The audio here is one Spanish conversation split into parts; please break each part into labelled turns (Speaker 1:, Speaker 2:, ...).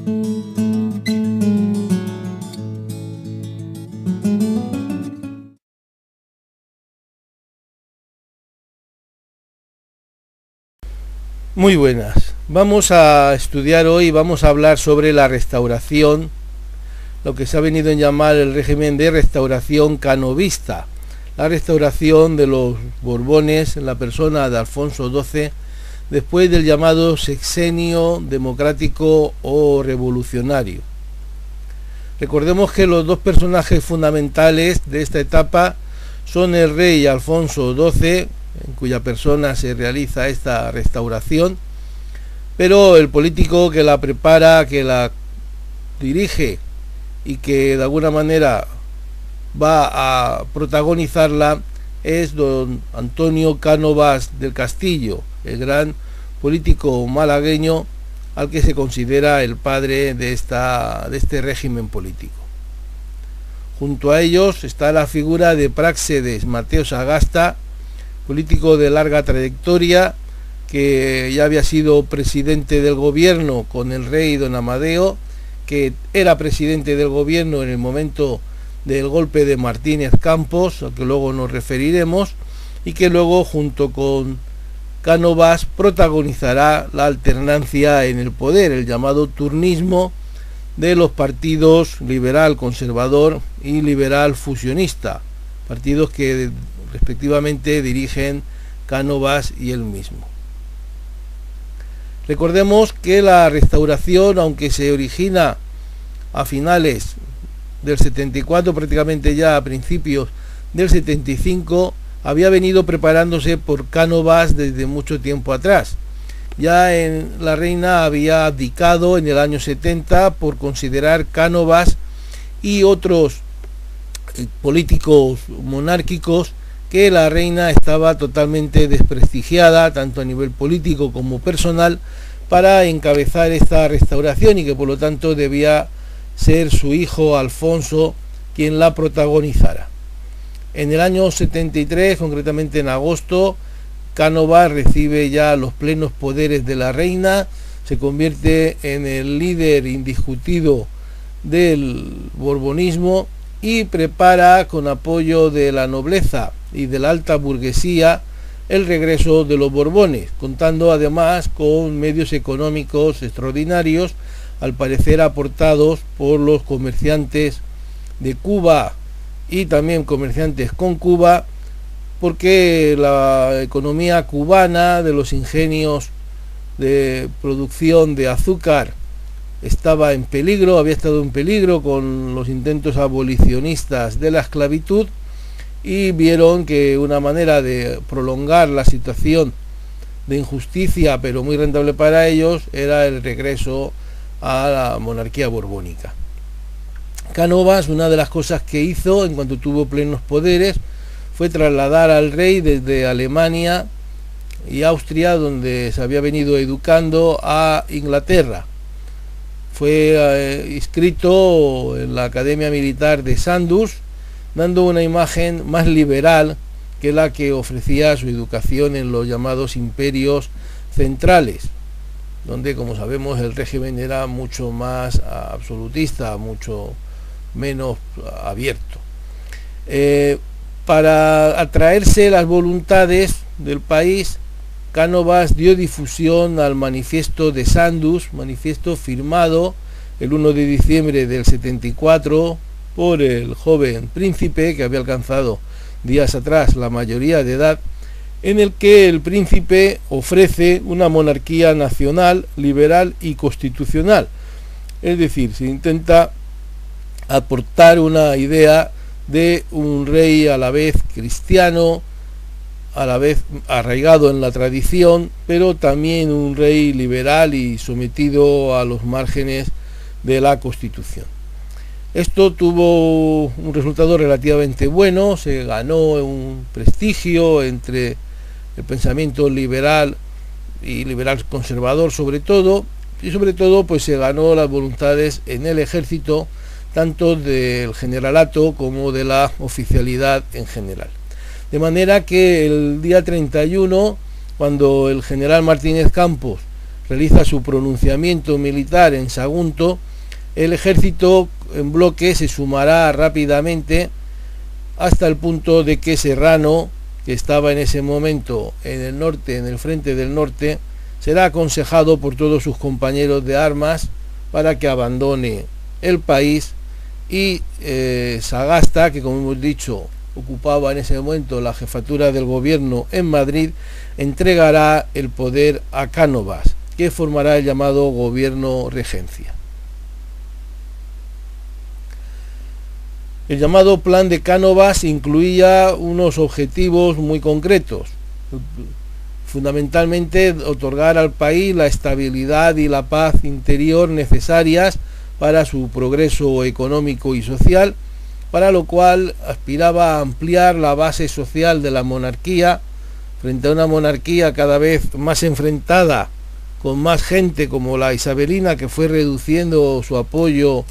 Speaker 1: Muy buenas. Vamos a estudiar hoy, vamos a hablar sobre la restauración, lo que se ha venido a llamar el régimen de restauración canovista, la restauración de los Borbones en la persona de Alfonso XII, después del llamado sexenio democrático o revolucionario. Recordemos que los dos personajes fundamentales de esta etapa son el rey Alfonso XII, en cuya persona se realiza esta restauración, pero el político que la prepara, que la dirige y que de alguna manera va a protagonizarla es don Antonio Cánovas del Castillo, el gran político malagueño al que se considera el padre de este régimen político. Junto a ellos está la figura de Práxedes Mateo Sagasta, político de larga trayectoria, que ya había sido presidente del gobierno con el rey don Amadeo, que era presidente del gobierno en el momento del golpe de Martínez Campos, al que luego nos referiremos, y que luego junto con Cánovas protagonizará la alternancia en el poder, el llamado turnismo de los partidos liberal conservador y liberal fusionista, partidos que respectivamente dirigen Cánovas y él mismo. Recordemos que la restauración, aunque se origina a finales del 74, prácticamente ya a principios del 75, había venido preparándose por Cánovas desde mucho tiempo atrás. Ya la reina había abdicado en el año 70 por considerar Cánovas y otros políticos monárquicos que la reina estaba totalmente desprestigiada, tanto a nivel político como personal, para encabezar esta restauración y que por lo tanto debía ser su hijo Alfonso quien la protagonizara. En el año 73, concretamente en agosto, Cánovas recibe ya los plenos poderes de la reina, se convierte en el líder indiscutido del borbonismo y prepara, con apoyo de la nobleza y de la alta burguesía, el regreso de los Borbones, contando además con medios económicos extraordinarios, al parecer aportados por los comerciantes de Cuba y también comerciantes con Cuba, porque la economía cubana de los ingenios de producción de azúcar estaba en peligro, había estado en peligro con los intentos abolicionistas de la esclavitud, y vieron que una manera de prolongar la situación de injusticia, pero muy rentable para ellos, era el regreso a la monarquía borbónica. Cánovas, una de las cosas que hizo en cuanto tuvo plenos poderes, fue trasladar al rey desde Alemania y Austria, donde se había venido educando, a Inglaterra. Fue inscrito en la Academia Militar de Sandhurst, dando una imagen más liberal que la que ofrecía su educación en los llamados imperios centrales, donde, como sabemos, el régimen era mucho más absolutista, mucho menos abierto. Para atraerse las voluntades del país, Cánovas dio difusión al manifiesto de Sandhurst, manifiesto firmado el 1 de diciembre del 74 por el joven príncipe, que había alcanzado días atrás la mayoría de edad, en el que el príncipe ofrece una monarquía nacional, liberal y constitucional. Es decir, se intenta aportar una idea de un rey a la vez cristiano, a la vez arraigado en la tradición, pero también un rey liberal y sometido a los márgenes de la Constitución. Esto tuvo un resultado relativamente bueno, se ganó un prestigio entre el pensamiento liberal y liberal conservador sobre todo, y sobre todo pues se ganó las voluntades en el ejército, tanto del generalato como de la oficialidad en general. De manera que el día 31, cuando el general Martínez Campos realiza su pronunciamiento militar en Sagunto, el ejército en bloque se sumará rápidamente hasta el punto de que Serrano, que estaba en ese momento en el norte, en el frente del norte, será aconsejado por todos sus compañeros de armas para que abandone el país, y Sagasta, que como hemos dicho ocupaba en ese momento la jefatura del gobierno en Madrid, entregará el poder a Cánovas, que formará el llamado gobierno regencia. El llamado plan de Cánovas incluía unos objetivos muy concretos, fundamentalmente otorgar al país la estabilidad y la paz interior necesarias para su progreso económico y social, para lo cual aspiraba a ampliar la base social de la monarquía frente a una monarquía cada vez más enfrentada con más gente como la isabelina, que fue reduciendo su apoyo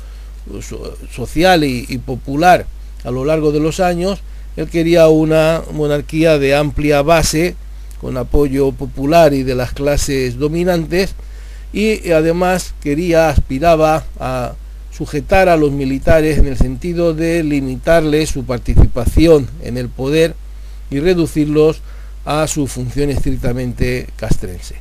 Speaker 1: social y popular a lo largo de los años. Él quería una monarquía de amplia base, con apoyo popular y de las clases dominantes, y además aspiraba a sujetar a los militares en el sentido de limitarles su participación en el poder y reducirlos a su función estrictamente castrense.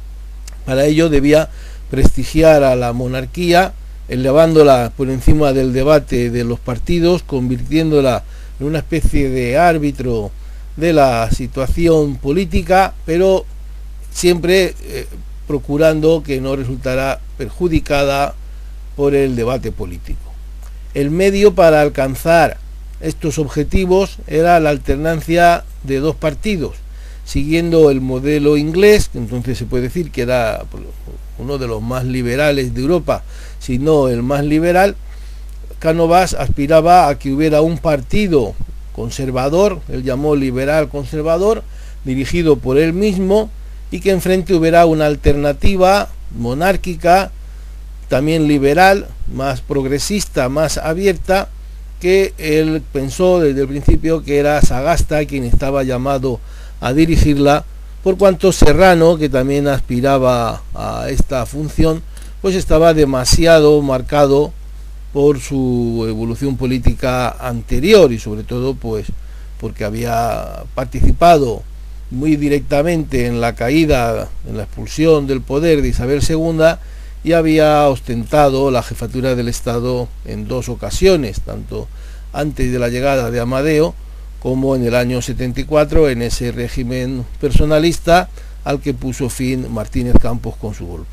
Speaker 1: Para ello debía prestigiar a la monarquía, elevándola por encima del debate de los partidos, convirtiéndola en una especie de árbitro de la situación política, pero siempre procurando que no resultara perjudicada por el debate político. El medio para alcanzar estos objetivos era la alternancia de dos partidos, siguiendo el modelo inglés, que entonces se puede decir que era uno de los más liberales de Europa, si no el más liberal. Cánovas aspiraba a que hubiera un partido conservador, él llamó liberal conservador, dirigido por él mismo, y que enfrente hubiera una alternativa monárquica, también liberal, más progresista, más abierta, que él pensó desde el principio que era Sagasta quien estaba llamado a dirigirla, por cuanto Serrano, que también aspiraba a esta función, pues estaba demasiado marcado por su evolución política anterior, y sobre todo pues porque había participado muy directamente en la caída, en la expulsión del poder de Isabel II, y había ostentado la jefatura del Estado en dos ocasiones, tanto antes de la llegada de Amadeo como en el año 74, en ese régimen personalista al que puso fin Martínez Campos con su golpe.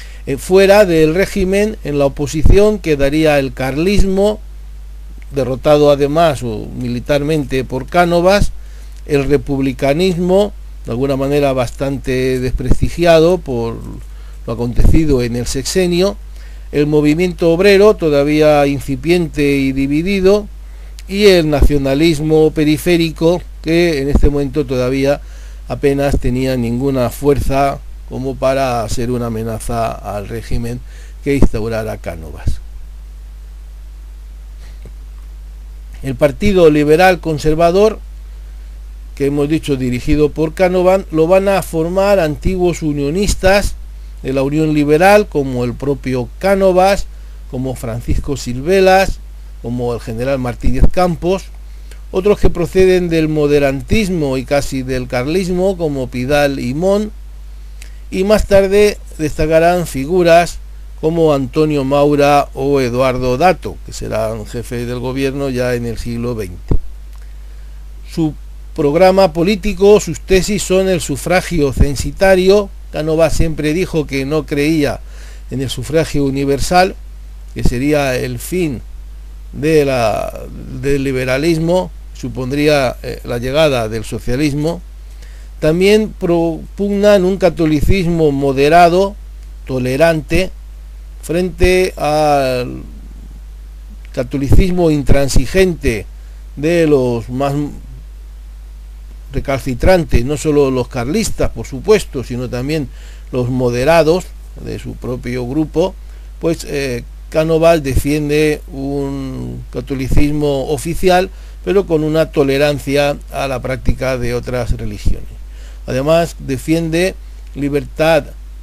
Speaker 1: Fuera del régimen, en la oposición, quedaría el carlismo, derrotado además militarmente por Cánovas, el republicanismo, de alguna manera bastante desprestigiado por lo acontecido en el sexenio, el movimiento obrero, todavía incipiente y dividido, y el nacionalismo periférico, que en este momento todavía apenas tenía ninguna fuerza como para ser una amenaza al régimen que instaurara Cánovas. El Partido Liberal Conservador, que hemos dicho dirigido por Cánovas, lo van a formar antiguos unionistas de la Unión Liberal, como el propio Cánovas, como Francisco Silvelas, como el general Martínez Campos, otros que proceden del moderantismo y casi del carlismo, como Pidal y Mon, y más tarde destacarán figuras como Antonio Maura o Eduardo Dato, que serán jefes del gobierno ya en el siglo XX. Su programa político, sus tesis son el sufragio censitario. Cánovas siempre dijo que no creía en el sufragio universal, que sería el fin del liberalismo, supondría la llegada del socialismo. También propugnan un catolicismo moderado, tolerante, frente al catolicismo intransigente de los más recalcitrantes, no solo los carlistas, por supuesto, sino también los moderados de su propio grupo. Pues Cánovas defiende un catolicismo oficial, pero con una tolerancia a la práctica de otras religiones. Además, defiende libertad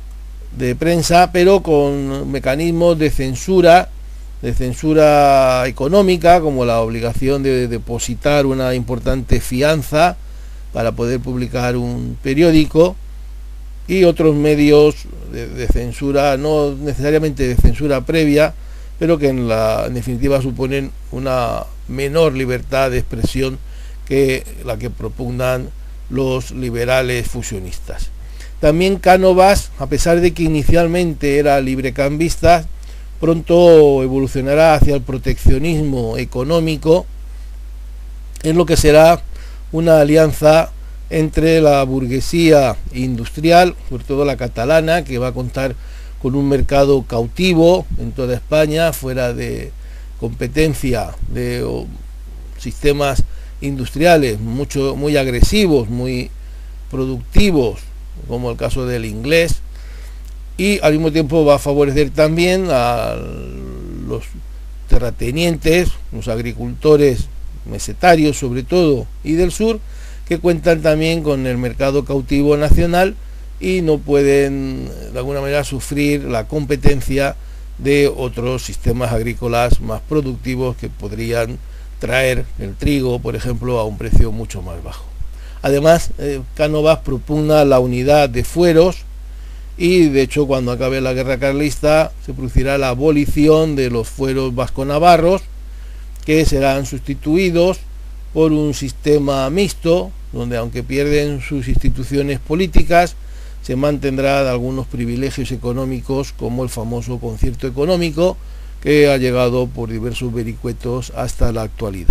Speaker 1: de prensa, pero con mecanismos de censura económica, como la obligación de depositar una importante fianza para poder publicar un periódico, y otros medios de censura, no necesariamente de censura previa, pero que en definitiva suponen una menor libertad de expresión que la que propugnan los liberales fusionistas. También Cánovas, a pesar de que inicialmente era librecambista, pronto evolucionará hacia el proteccionismo económico, en lo que será una alianza entre la burguesía industrial, sobre todo la catalana, que va a contar con un mercado cautivo en toda España, fuera de competencia de sistemas industriales muy agresivos, muy productivos, como el caso del inglés, y al mismo tiempo va a favorecer también a los terratenientes, los agricultores mesetarios sobre todo y del sur, que cuentan también con el mercado cautivo nacional y no pueden de alguna manera sufrir la competencia de otros sistemas agrícolas más productivos que podrían traer el trigo, por ejemplo, a un precio mucho más bajo. Además, Cánovas propugna la unidad de fueros, y de hecho cuando acabe la guerra carlista se producirá la abolición de los fueros vasco-navarros, que serán sustituidos por un sistema mixto, donde aunque pierden sus instituciones políticas, se mantendrán algunos privilegios económicos, como el famoso concierto económico, que ha llegado por diversos vericuetos hasta la actualidad.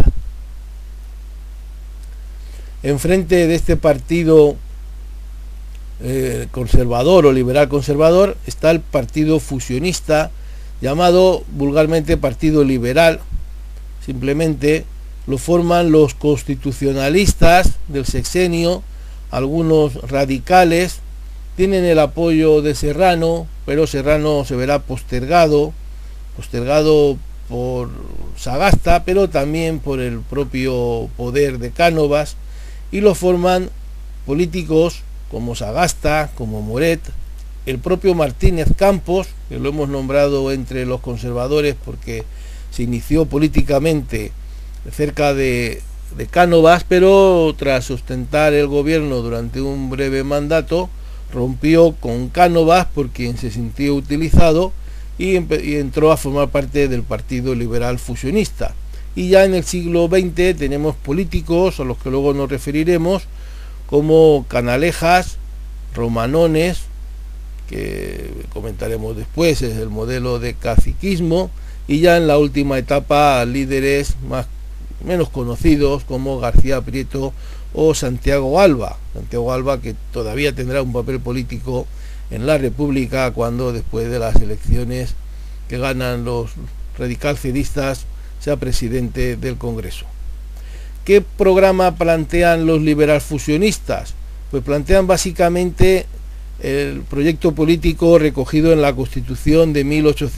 Speaker 1: Enfrente de este partido conservador o liberal conservador está el partido fusionista, llamado vulgarmente Partido Liberal. Simplemente lo forman los constitucionalistas del sexenio, algunos radicales, tienen el apoyo de Serrano, pero Serrano se verá postergado por Sagasta, pero también por el propio poder de Cánovas, y lo forman políticos como Sagasta, como Moret, el propio Martínez Campos, que lo hemos nombrado entre los conservadores porque se inició políticamente cerca de Cánovas, pero tras ostentar el gobierno durante un breve mandato, rompió con Cánovas por quien se sintió utilizado y entró a formar parte del Partido Liberal Fusionista. Y ya en el siglo XX tenemos políticos a los que luego nos referiremos, como Canalejas, Romanones, que comentaremos después, es el modelo de caciquismo, y ya en la última etapa líderes menos conocidos como García Prieto o Santiago Alba, que todavía tendrá un papel político en la República cuando, después de las elecciones que ganan los radicalcedistas, sea presidente del Congreso. ¿Qué programa plantean los liberal fusionistas? Pues plantean básicamente el proyecto político recogido en la Constitución de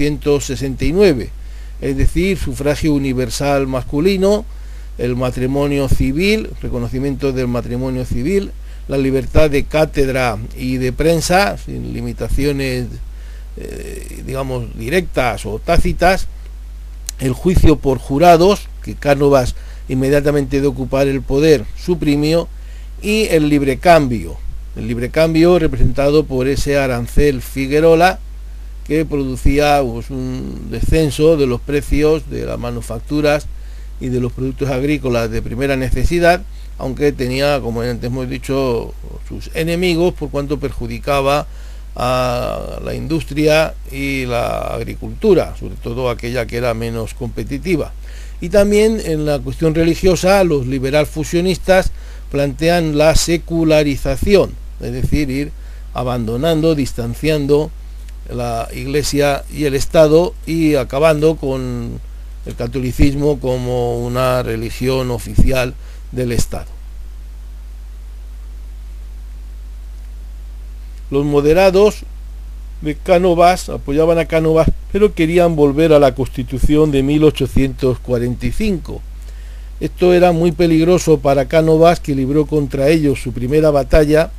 Speaker 1: 1869, es decir, sufragio universal masculino, el matrimonio civil, reconocimiento del matrimonio civil, la libertad de cátedra y de prensa, sin limitaciones, digamos, directas o tácitas, el juicio por jurados, que Cánovas, inmediatamente de ocupar el poder, suprimió, y el librecambio representado por ese arancel Figuerola, que producía un descenso de los precios de las manufacturas y de los productos agrícolas de primera necesidad, aunque tenía, como antes hemos dicho, sus enemigos por cuanto perjudicaba a la industria y la agricultura, sobre todo aquella que era menos competitiva. Y también en la cuestión religiosa, los liberal fusionistas plantean la secularización, es decir, ir abandonando, distanciando la Iglesia y el Estado y acabando con el catolicismo como una religión oficial del Estado. Los moderados de Cánovas apoyaban a Cánovas, pero querían volver a la Constitución de 1845. Esto era muy peligroso para Cánovas, que libró contra ellos su primera batalla,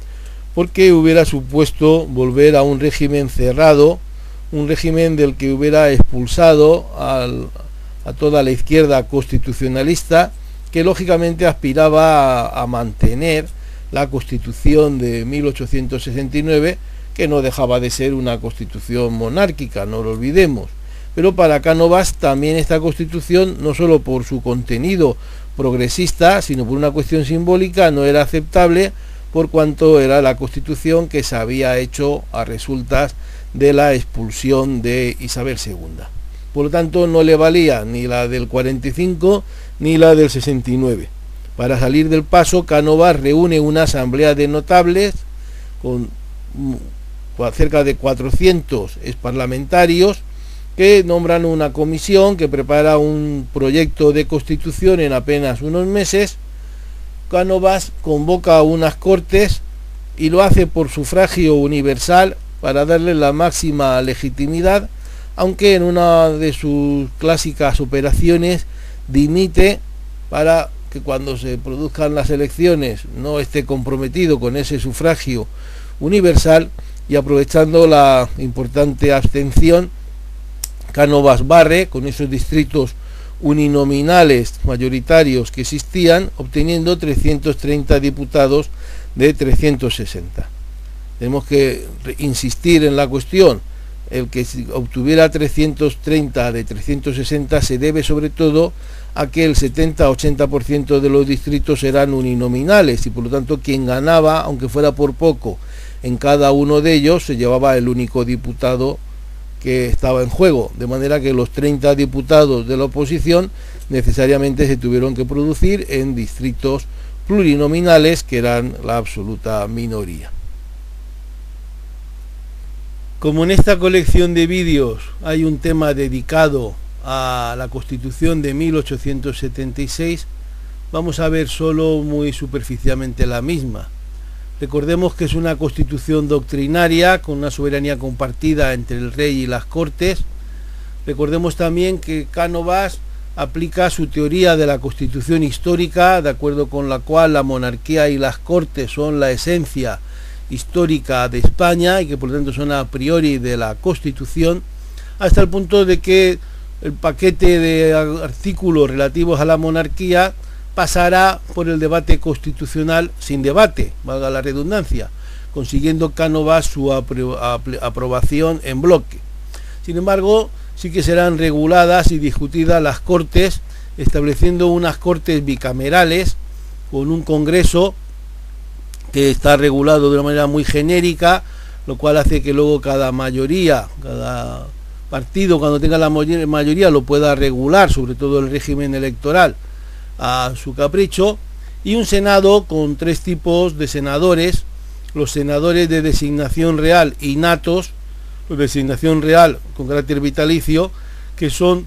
Speaker 1: porque hubiera supuesto volver a un régimen cerrado, un régimen del que hubiera expulsado a toda la izquierda constitucionalista, que lógicamente aspiraba a mantener la Constitución de 1869, que no dejaba de ser una constitución monárquica, no lo olvidemos. Pero para Cánovas también esta Constitución, no solo por su contenido progresista, sino por una cuestión simbólica, no era aceptable, por cuanto era la Constitución que se había hecho a resultas de la expulsión de Isabel II. Por lo tanto, no le valía ni la del 45 ni la del 69. Para salir del paso, Cánovas reúne una asamblea de notables con cerca de 400 exparlamentarios que nombran una comisión que prepara un proyecto de constitución en apenas unos meses. Cánovas convoca unas cortes y lo hace por sufragio universal para darle la máxima legitimidad, aunque en una de sus clásicas operaciones dimite para que cuando se produzcan las elecciones no esté comprometido con ese sufragio universal, y aprovechando la importante abstención, Cánovas barre con esos distritos uninominales mayoritarios que existían, obteniendo 330 diputados de 360. Tenemos que insistir en la cuestión. El que obtuviera 330 de 360 se debe sobre todo a que el 70-80% de los distritos eran uninominales, y por lo tanto quien ganaba, aunque fuera por poco, en cada uno de ellos se llevaba el único diputado que estaba en juego, de manera que los 30 diputados de la oposición necesariamente se tuvieron que producir en distritos plurinominales, que eran la absoluta minoría. Como en esta colección de vídeos hay un tema dedicado a la Constitución de 1876, vamos a ver solo muy superficialmente la misma. Recordemos que es una constitución doctrinaria con una soberanía compartida entre el rey y las cortes. Recordemos también que Cánovas aplica su teoría de la constitución histórica, de acuerdo con la cual la monarquía y las cortes son la esencia histórica de España y que por lo tanto son a priori de la Constitución, hasta el punto de que el paquete de artículos relativos a la monarquía pasará por el debate constitucional sin debate, valga la redundancia, consiguiendo Cánovas su aprobación en bloque. Sin embargo, sí que serán reguladas y discutidas las cortes, estableciendo unas cortes bicamerales con un congreso que está regulado de una manera muy genérica, lo cual hace que luego cada mayoría, cada partido cuando tenga la mayoría lo pueda regular, sobre todo el régimen electoral, a su capricho, y un senado con tres tipos de senadores: los senadores de designación real innatos, los de designación real con carácter vitalicio, que son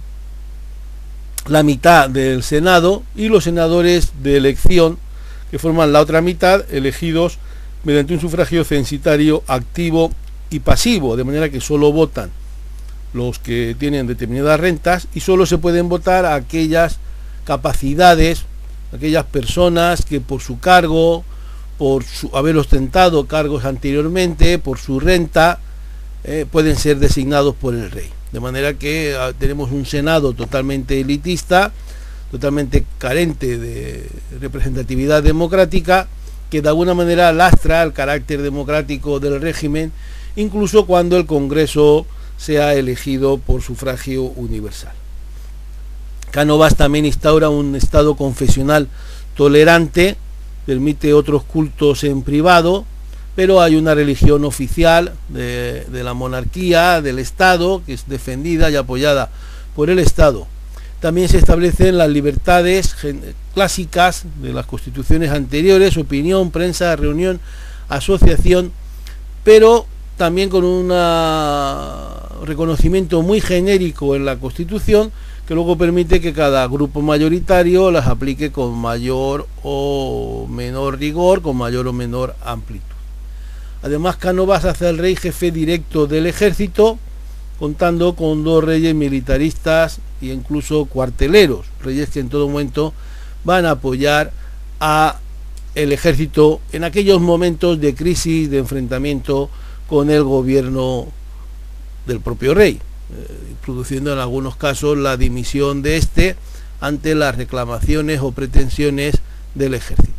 Speaker 1: la mitad del senado, y los senadores de elección, que forman la otra mitad, elegidos mediante un sufragio censitario activo y pasivo, de manera que solo votan los que tienen determinadas rentas y solo se pueden votar a aquellas capacidades, aquellas personas que por su cargo, por haber ostentado cargos anteriormente, por su renta, pueden ser designados por el rey. De manera que tenemos un senado totalmente elitista, totalmente carente de representatividad democrática, que de alguna manera lastra el carácter democrático del régimen, incluso cuando el Congreso sea elegido por sufragio universal. Cánovas también instaura un estado confesional tolerante, permite otros cultos en privado, pero hay una religión oficial de la monarquía, del Estado, que es defendida y apoyada por el Estado. También se establecen las libertades clásicas de las constituciones anteriores: opinión, prensa, reunión, asociación, pero también con un reconocimiento muy genérico en la Constitución, que luego permite que cada grupo mayoritario las aplique con mayor o menor rigor, con mayor o menor amplitud. Además, Cánovas hace al rey jefe directo del ejército, contando con 2 reyes militaristas e incluso cuarteleros, reyes que en todo momento van a apoyar a el ejército en aquellos momentos de crisis, de enfrentamiento con el gobierno del propio rey, produciendo en algunos casos la dimisión de este ante las reclamaciones o pretensiones del ejército.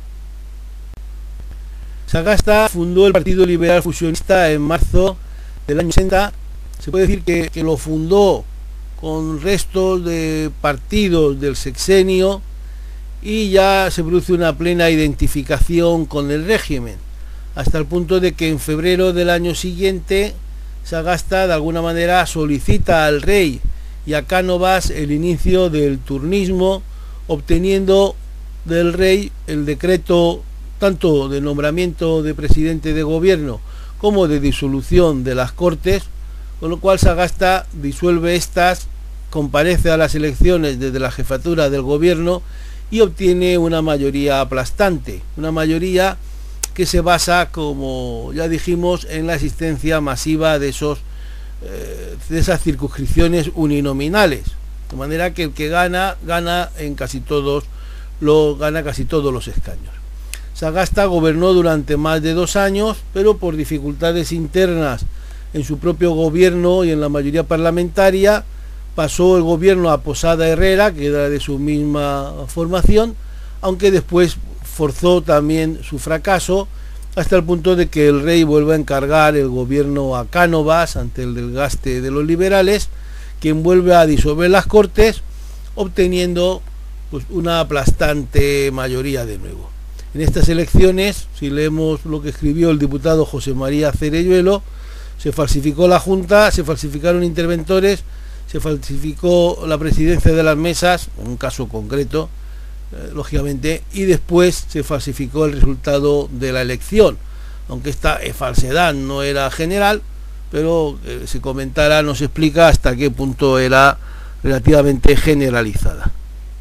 Speaker 1: Sagasta fundó el Partido Liberal Fusionista en marzo del año 60. Se puede decir que lo fundó con restos de partidos del sexenio y ya se produce una plena identificación con el régimen, hasta el punto de que en febrero del año siguiente Sagasta de alguna manera solicita al rey y a Cánovas el inicio del turnismo, obteniendo del rey el decreto tanto de nombramiento de presidente de gobierno como de disolución de las Cortes, con lo cual Sagasta disuelve estas, comparece a las elecciones desde la jefatura del gobierno y obtiene una mayoría aplastante, una mayoría que se basa, como ya dijimos, en la existencia masiva de esas circunscripciones uninominales, de manera que el que gana en casi todos los escaños. Sagasta gobernó durante más de 2 años, pero por dificultades internas en su propio gobierno y en la mayoría parlamentaria, pasó el gobierno a Posada Herrera, que era de su misma formación, aunque después forzó también su fracaso, hasta el punto de que el rey vuelve a encargar el gobierno a Cánovas ante el desgaste de los liberales, quien vuelve a disolver las Cortes, obteniendo pues una aplastante mayoría de nuevo. En estas elecciones, si leemos lo que escribió el diputado José María Cereyuelo, se falsificó la Junta, se falsificaron interventores, se falsificó la presidencia de las mesas, en un caso concreto, lógicamente, y después se falsificó el resultado de la elección, aunque esta falsedad no era general, pero se comentara, nos explica hasta qué punto era relativamente generalizada.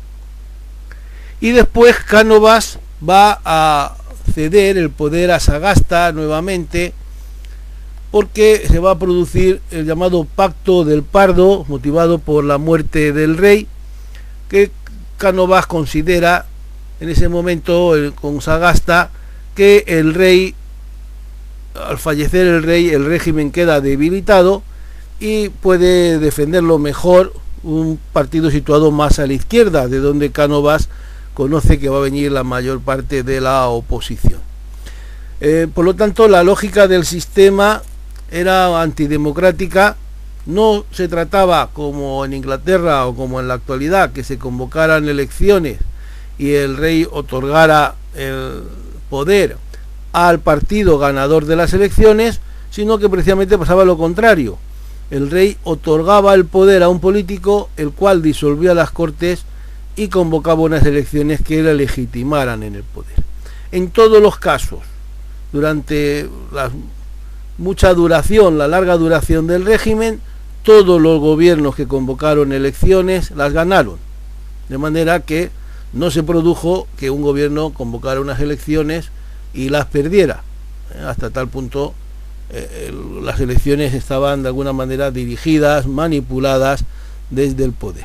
Speaker 1: Y después Cánovas va a ceder el poder a Sagasta nuevamente, porque se va a producir el llamado Pacto del Pardo, motivado por la muerte del rey, que Cánovas considera en ese momento con Sagasta que el rey, al fallecer el rey, el régimen queda debilitado y puede defenderlo mejor un partido situado más a la izquierda, de donde Cánovas conoce que va a venir la mayor parte de la oposición. Por lo tanto, la lógica del sistema era antidemocrática. No se trataba, como en Inglaterra o como en la actualidad, que se convocaran elecciones y el rey otorgara el poder al partido ganador de las elecciones, sino que precisamente pasaba lo contrario. El rey otorgaba el poder a un político, el cual disolvía las Cortes y convocaba unas elecciones que le legitimaran en el poder. En todos los casos, durante la larga duración del régimen, todos los gobiernos que convocaron elecciones las ganaron, de manera que no se produjo que un gobierno convocara unas elecciones y las perdiera. Hasta tal punto las elecciones estaban de alguna manera dirigidas, manipuladas desde el poder.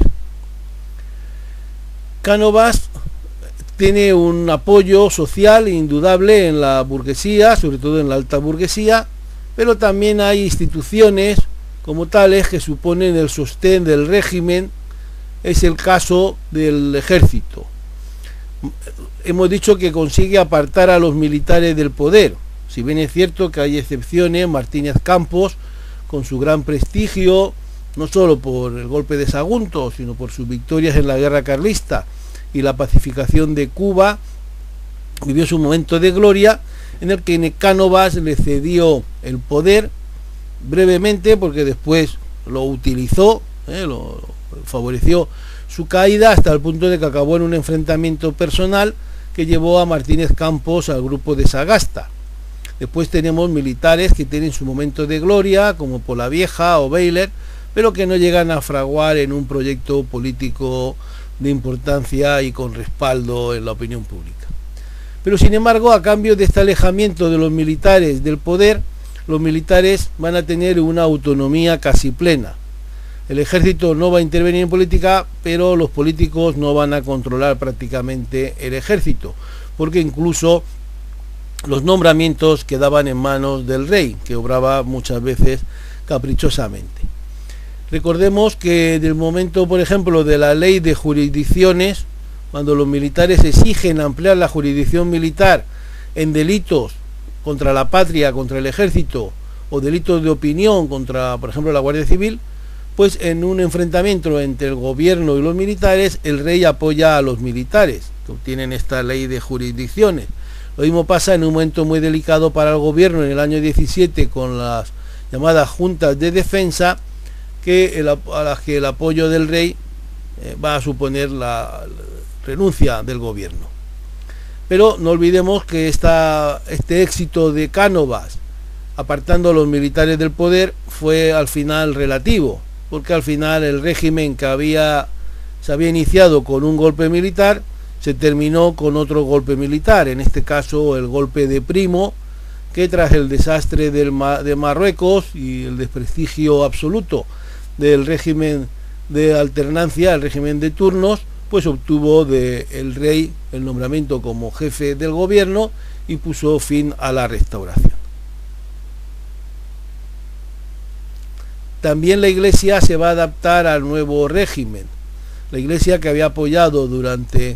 Speaker 1: Cánovas tiene un apoyo social indudable en la burguesía, sobre todo en la alta burguesía, pero también hay instituciones como tales que suponen el sostén del régimen. Es el caso del ejército. Hemos dicho que consigue apartar a los militares del poder, si bien es cierto que hay excepciones. Martínez Campos, con su gran prestigio, no solo por el golpe de Sagunto, sino por sus victorias en la guerra carlista y la pacificación de Cuba, vivió su momento de gloria, en el que Cánovas le cedió el poder brevemente, porque después lo utilizó, lo favoreció su caída, hasta el punto de que acabó en un enfrentamiento personal que llevó a Martínez Campos al grupo de Sagasta. Después tenemos militares que tienen su momento de gloria, como Polavieja o Baylor, pero que no llegan a fraguar en un proyecto político de importancia y con respaldo en la opinión pública. Pero sin embargo, a cambio de este alejamiento de los militares del poder, los militares van a tener una autonomía casi plena. El ejército no va a intervenir en política, pero los políticos no van a controlar prácticamente el ejército, porque incluso los nombramientos quedaban en manos del rey, que obraba muchas veces caprichosamente. Recordemos que en el momento, por ejemplo, de la ley de jurisdicciones, cuando los militares exigen ampliar la jurisdicción militar en delitos contra la patria, contra el ejército, o delitos de opinión contra, por ejemplo, la Guardia Civil, pues en un enfrentamiento entre el gobierno y los militares, el rey apoya a los militares, que obtienen esta ley de jurisdicciones. Lo mismo pasa en un momento muy delicado para el gobierno en el año 17 con las llamadas juntas de defensa, a las que el apoyo del rey va a suponer la renuncia del gobierno. Pero no olvidemos que este éxito de Cánovas, apartando a los militares del poder, fue al final relativo, porque al final el régimen que se había iniciado con un golpe militar, se terminó con otro golpe militar, en este caso el golpe de Primo, que tras el desastre de Marruecos y el desprestigio absoluto del régimen de alternancia, el régimen de turnos, pues obtuvo del rey el nombramiento como jefe del gobierno y puso fin a la restauración. También la Iglesia se va a adaptar al nuevo régimen. La Iglesia, que había apoyado durante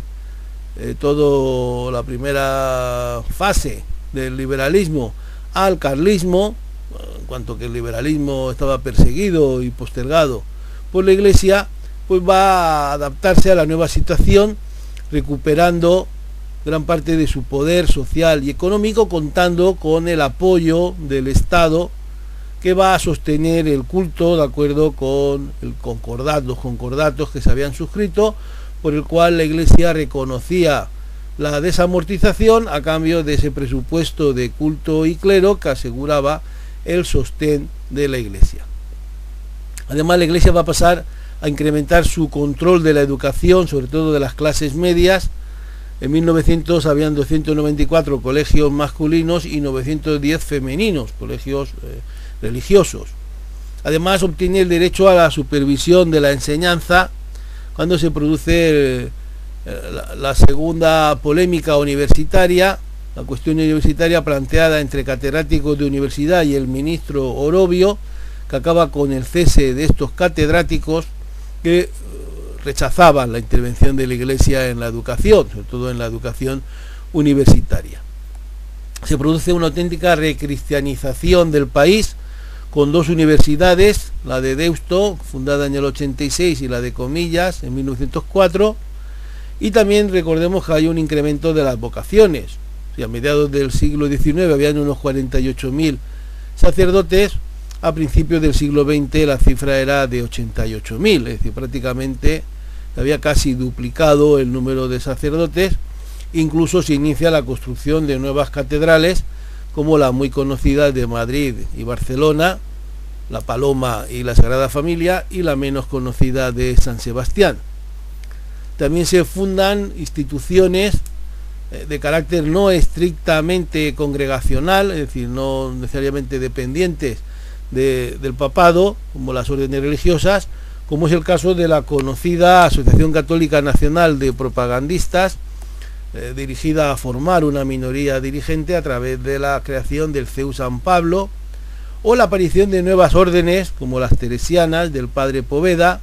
Speaker 1: toda la primera fase del liberalismo al carlismo, en cuanto que el liberalismo estaba perseguido y postergado por la Iglesia, pues va a adaptarse a la nueva situación, recuperando gran parte de su poder social y económico, contando con el apoyo del Estado, que va a sostener el culto de acuerdo con los concordatos que se habían suscrito, por el cual la Iglesia reconocía la desamortización a cambio de ese presupuesto de culto y clero que aseguraba el sostén de la Iglesia. Además, la Iglesia va a pasar a incrementar su control de la educación, sobre todo de las clases medias. En 1900 habían 294 colegios masculinos y 910 femeninos, colegios religiosos. Además, obtiene el derecho a la supervisión de la enseñanza cuando se produce la segunda polémica universitaria, la cuestión universitaria planteada entre catedráticos de universidad y el ministro Orobio, que acaba con el cese de estos catedráticos que rechazaban la intervención de la Iglesia en la educación, sobre todo en la educación universitaria. Se produce una auténtica recristianización del país, con dos universidades, la de Deusto, fundada en el 86, y la de Comillas, en 1904, y también recordemos que hay un incremento de las vocaciones. A mediados del siglo XIX habían unos 48.000 sacerdotes, a principios del siglo XX la cifra era de 88.000, es decir, prácticamente había casi duplicado el número de sacerdotes. Incluso se inicia la construcción de nuevas catedrales, como la muy conocida de Madrid y Barcelona, la Paloma y la Sagrada Familia, y la menos conocida de San Sebastián. También se fundan instituciones de carácter no estrictamente congregacional, es decir, no necesariamente dependientes del papado, como las órdenes religiosas, como es el caso de la conocida Asociación Católica Nacional de Propagandistas, dirigida a formar una minoría dirigente a través de la creación del CEU San Pablo, o la aparición de nuevas órdenes como las teresianas del padre Poveda,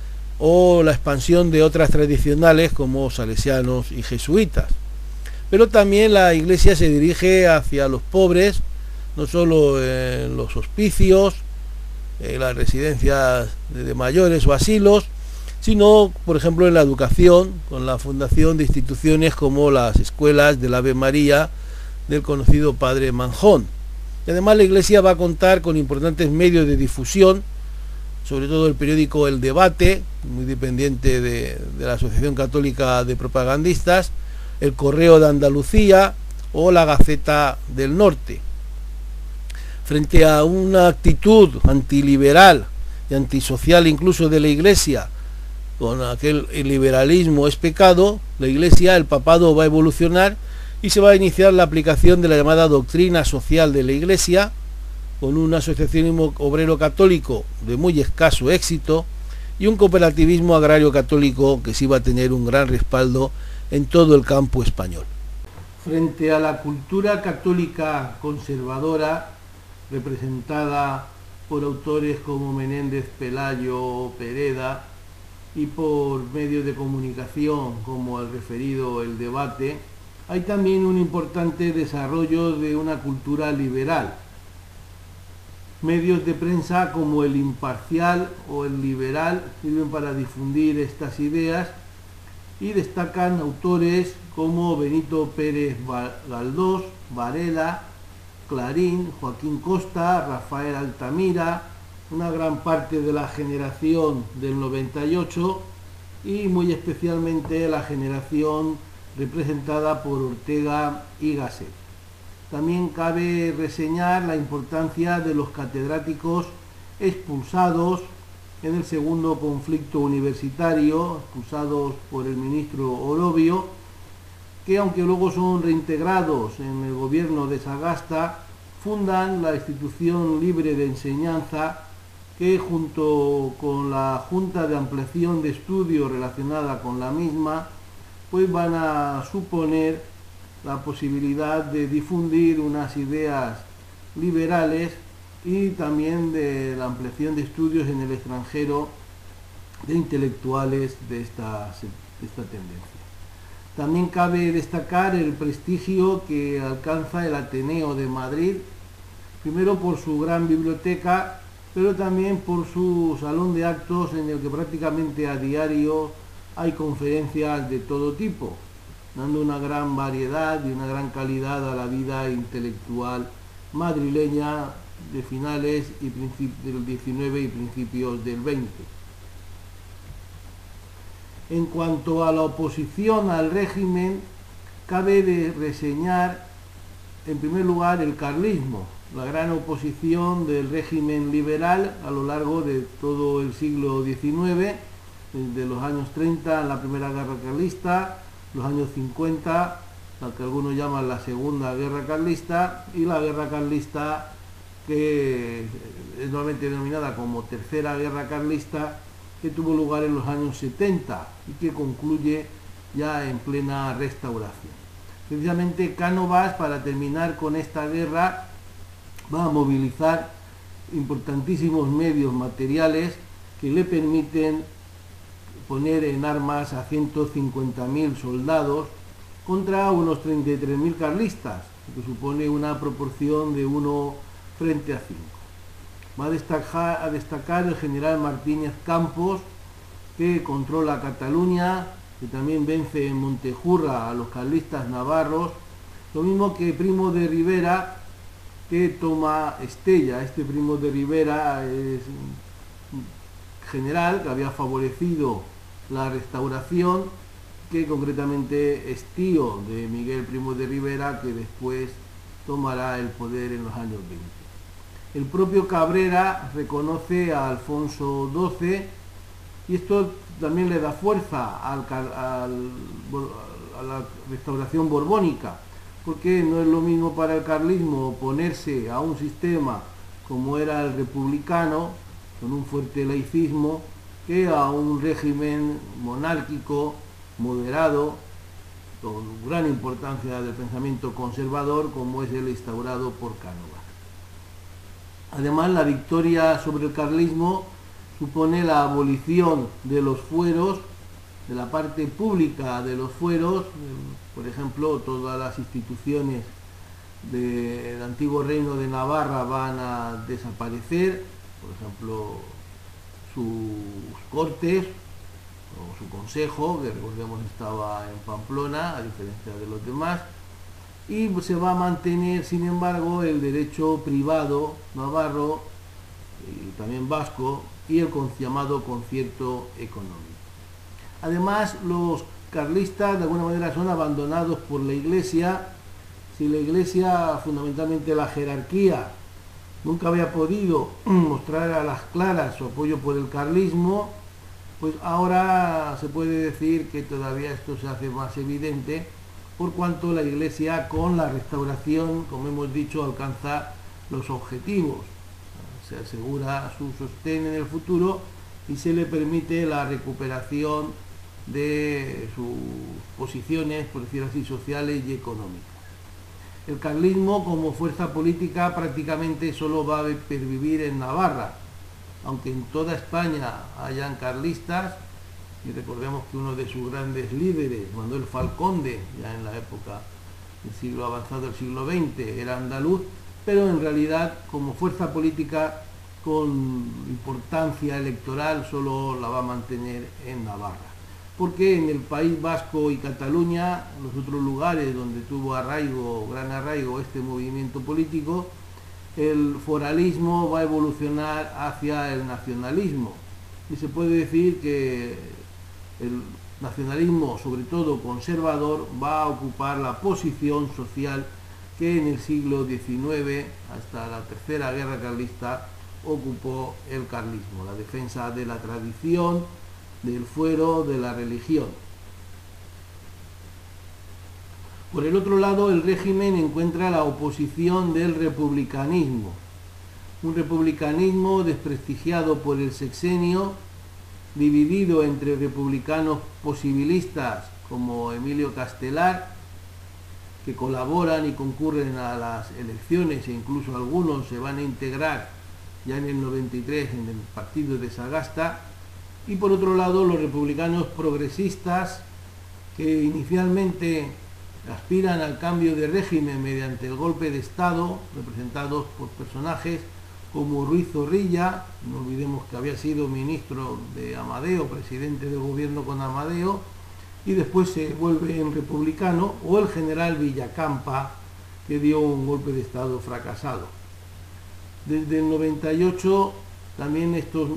Speaker 1: o la expansión de otras tradicionales como salesianos y jesuitas. Pero también la Iglesia se dirige hacia los pobres, no solo en los hospicios, en las residencias de mayores o asilos, sino, por ejemplo, en la educación, con la fundación de instituciones como las escuelas del Ave María del conocido padre Manjón. Y además la Iglesia va a contar con importantes medios de difusión, sobre todo el periódico El Debate, muy dependiente de la Asociación Católica de Propagandistas, el Correo de Andalucía o la Gaceta del Norte. Frente a una actitud antiliberal y antisocial incluso de la Iglesia, con aquel el liberalismo es pecado, la Iglesia, el papado, va a evolucionar y se va a iniciar la aplicación de la llamada doctrina social de la Iglesia, con un asociacionismo obrero católico de muy escaso éxito y un cooperativismo agrario católico que sí va a tener un gran respaldo en todo el campo español. Frente a la cultura católica conservadora, representada por autores como Menéndez Pelayo, Pereda, y por medios de comunicación como el referido El Debate, hay también un importante desarrollo de una cultura liberal. Medios de prensa como El Imparcial o El Liberal sirven para difundir estas ideas y destacan autores como Benito Pérez Galdós, Varela, Clarín, Joaquín Costa, Rafael Altamira, una gran parte de la generación del 98 y muy especialmente la generación representada por Ortega y Gasset. También cabe reseñar la importancia de los catedráticos expulsados en el segundo conflicto universitario, expulsados por el ministro Orobio, que aunque luego son reintegrados en el gobierno de Sagasta, fundan la Institución Libre de Enseñanza, que junto con la Junta de Ampliación de Estudios relacionada con la misma, pues van a suponer la posibilidad de difundir unas ideas liberales y también de la ampliación de estudios en el extranjero de intelectuales de esta tendencia. También cabe destacar el prestigio que alcanza el Ateneo de Madrid, primero por su gran biblioteca, pero también por su salón de actos en el que prácticamente a diario hay conferencias de todo tipo, dando una gran variedad y una gran calidad a la vida intelectual madrileña de finales del 19 y principios del 20. En cuanto a la oposición al régimen, cabe reseñar en primer lugar el carlismo, la gran oposición del régimen liberal a lo largo de todo el siglo XIX, desde los años 30 en la Primera Guerra Carlista, los años 50, la que algunos llaman la Segunda Guerra Carlista, y la Guerra Carlista, que es normalmente denominada como Tercera Guerra Carlista, que tuvo lugar en los años 70 y que concluye ya en plena restauración. Precisamente Cánovas, para terminar con esta guerra, va a movilizar importantísimos medios materiales que le permiten poner en armas a 150.000 soldados contra unos 33.000 carlistas, que supone una proporción de 1 frente a 5. Va a destacar el general Martínez Campos, que controla Cataluña, que también vence en Montejurra a los carlistas navarros, lo mismo que Primo de Rivera, que toma Estella. Este Primo de Rivera es un general que había favorecido la restauración, que concretamente es tío de Miguel Primo de Rivera, que después tomará el poder en los años 20. El propio Cabrera reconoce a Alfonso XII y esto también le da fuerza a la restauración borbónica, porque no es lo mismo para el carlismo oponerse a un sistema como era el republicano, con un fuerte laicismo, que a un régimen monárquico, moderado, con gran importancia del pensamiento conservador, como es el instaurado por Cánovas. Además, la victoria sobre el carlismo supone la abolición de los fueros, de la parte pública de los fueros, por ejemplo, todas las instituciones del antiguo reino de Navarra van a desaparecer, por ejemplo, sus cortes o su consejo, que recordemos estaba en Pamplona, a diferencia de los demás, y se va a mantener, sin embargo, el derecho privado navarro y también vasco y el llamado concierto económico. Además, los carlistas de alguna manera son abandonados por la Iglesia. Si la Iglesia, fundamentalmente la jerarquía, nunca había podido mostrar a las claras su apoyo por el carlismo, pues ahora se puede decir que todavía esto se hace más evidente, por cuanto la Iglesia con la restauración, como hemos dicho, alcanza los objetivos, se asegura su sostén en el futuro y se le permite la recuperación de sus posiciones, por decirlo así, sociales y económicas. El carlismo como fuerza política prácticamente solo va a pervivir en Navarra, aunque en toda España hayan carlistas, y recordemos que uno de sus grandes líderes, Manuel Falconde, ya en la época del siglo avanzado del siglo XX, era andaluz, pero en realidad como fuerza política con importancia electoral solo la va a mantener en Navarra, porque en el País Vasco y Cataluña, los otros lugares donde tuvo gran arraigo este movimiento político, el foralismo va a evolucionar hacia el nacionalismo, y se puede decir que el nacionalismo, sobre todo conservador, va a ocupar la posición social que en el siglo XIX, hasta la Tercera Guerra Carlista, ocupó el carlismo, la defensa de la tradición, del fuero, de la religión. Por el otro lado, el régimen encuentra la oposición del republicanismo, un republicanismo desprestigiado por el sexenio, dividido entre republicanos posibilistas como Emilio Castelar, que colaboran y concurren a las elecciones, e incluso algunos se van a integrar ya en el 93 en el partido de Sagasta, y por otro lado los republicanos progresistas, que inicialmente aspiran al cambio de régimen mediante el golpe de Estado, representados por personajes como Ruiz Zorrilla, no olvidemos que había sido ministro de Amadeo, presidente de gobierno con Amadeo, y después se vuelve en republicano, o el general Villacampa, que dio un golpe de Estado fracasado. Desde el 98 también estos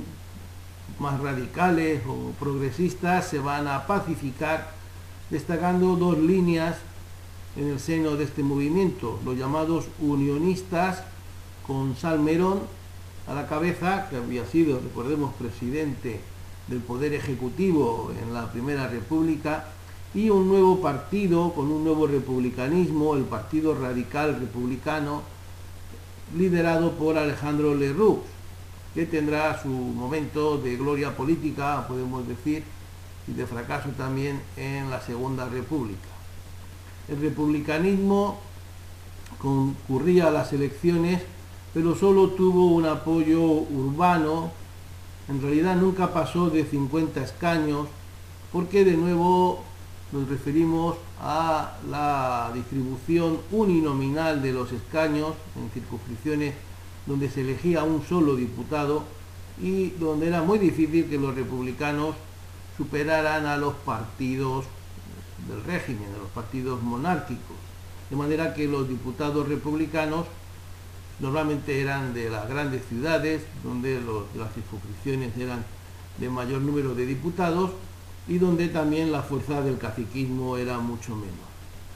Speaker 1: más radicales o progresistas se van a pacificar, destacando dos líneas en el seno de este movimiento, los llamados unionistas, con Salmerón a la cabeza, que había sido, recordemos, presidente del Poder Ejecutivo en la Primera República, y un nuevo partido con un nuevo republicanismo, el Partido Radical Republicano, liderado por Alejandro Lerroux, que tendrá su momento de gloria política, podemos decir, y de fracaso también en la Segunda República. El republicanismo concurría a las elecciones, pero solo tuvo un apoyo urbano, en realidad nunca pasó de 50 escaños, porque de nuevo nos referimos a la distribución uninominal de los escaños en circunscripciones donde se elegía un solo diputado y donde era muy difícil que los republicanos superaran a los partidos del régimen, a los partidos monárquicos, de manera que los diputados republicanos normalmente eran de las grandes ciudades, donde las circunscripciones eran de mayor número de diputados y donde también la fuerza del caciquismo era mucho menor.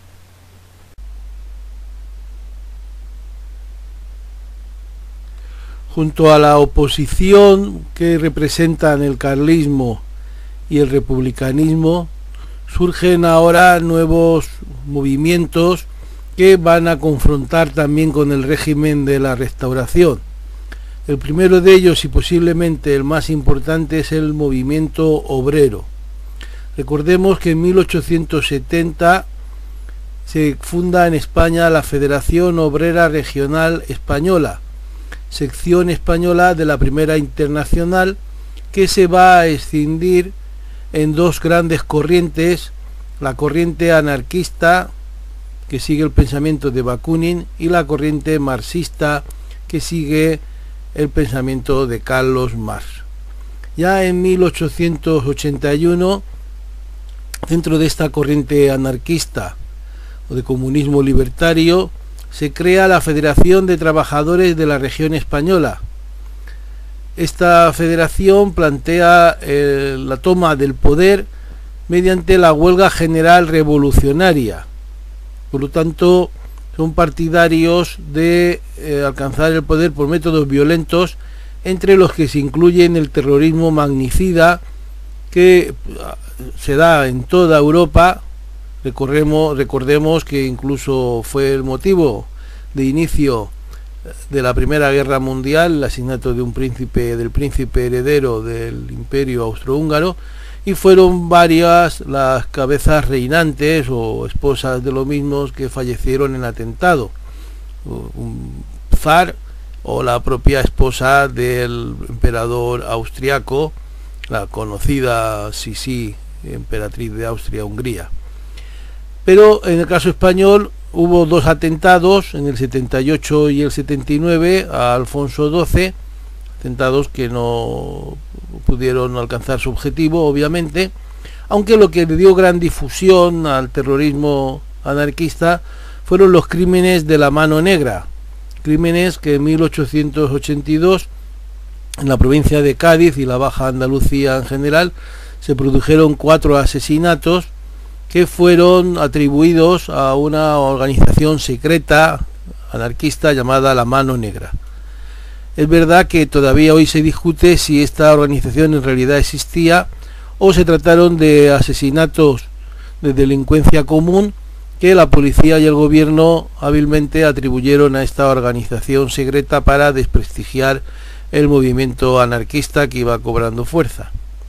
Speaker 1: Junto a la oposición que representan el carlismo y el republicanismo, surgen ahora nuevos movimientos que van a confrontar también con el régimen de la Restauración. El primero de ellos, y posiblemente el más importante, es el movimiento obrero. Recordemos que en 1870 se funda en España la Federación Obrera Regional Española, sección española de la Primera Internacional, que se va a escindir en dos grandes corrientes: la corriente anarquista, que sigue el pensamiento de Bakunin, y la corriente marxista, que sigue el pensamiento de Carlos Marx. Ya en 1881, dentro de esta corriente anarquista o de comunismo libertario, se crea la Federación de Trabajadores de la Región Española. Esta federación plantea la toma del poder mediante la huelga general revolucionaria. Por lo tanto, son partidarios de alcanzar el poder por métodos violentos, entre los que se incluyen el terrorismo magnicida que se da en toda Europa. Recordemos que incluso fue el motivo de inicio de la Primera Guerra Mundial, el asesinato de del príncipe heredero del Imperio Austrohúngaro, y fueron varias las cabezas reinantes o esposas de los mismos que fallecieron en atentado. Un zar o la propia esposa del emperador austriaco, la conocida Sisi, emperatriz de Austria-Hungría. Pero en el caso español hubo dos atentados, en el 78 y el 79, a Alfonso XII, atentados que no pudieron alcanzar su objetivo, obviamente, aunque lo que le dio gran difusión al terrorismo anarquista fueron los crímenes de la Mano Negra, crímenes que en 1882 en la provincia de Cádiz y la Baja Andalucía en general se produjeron 4 asesinatos que fueron atribuidos a una organización secreta anarquista llamada la Mano Negra. Es verdad que todavía hoy se discute si esta organización en realidad existía o se trataron de asesinatos de delincuencia común que la policía y el gobierno hábilmente atribuyeron a esta organización secreta para desprestigiar el movimiento anarquista que iba cobrando fuerza.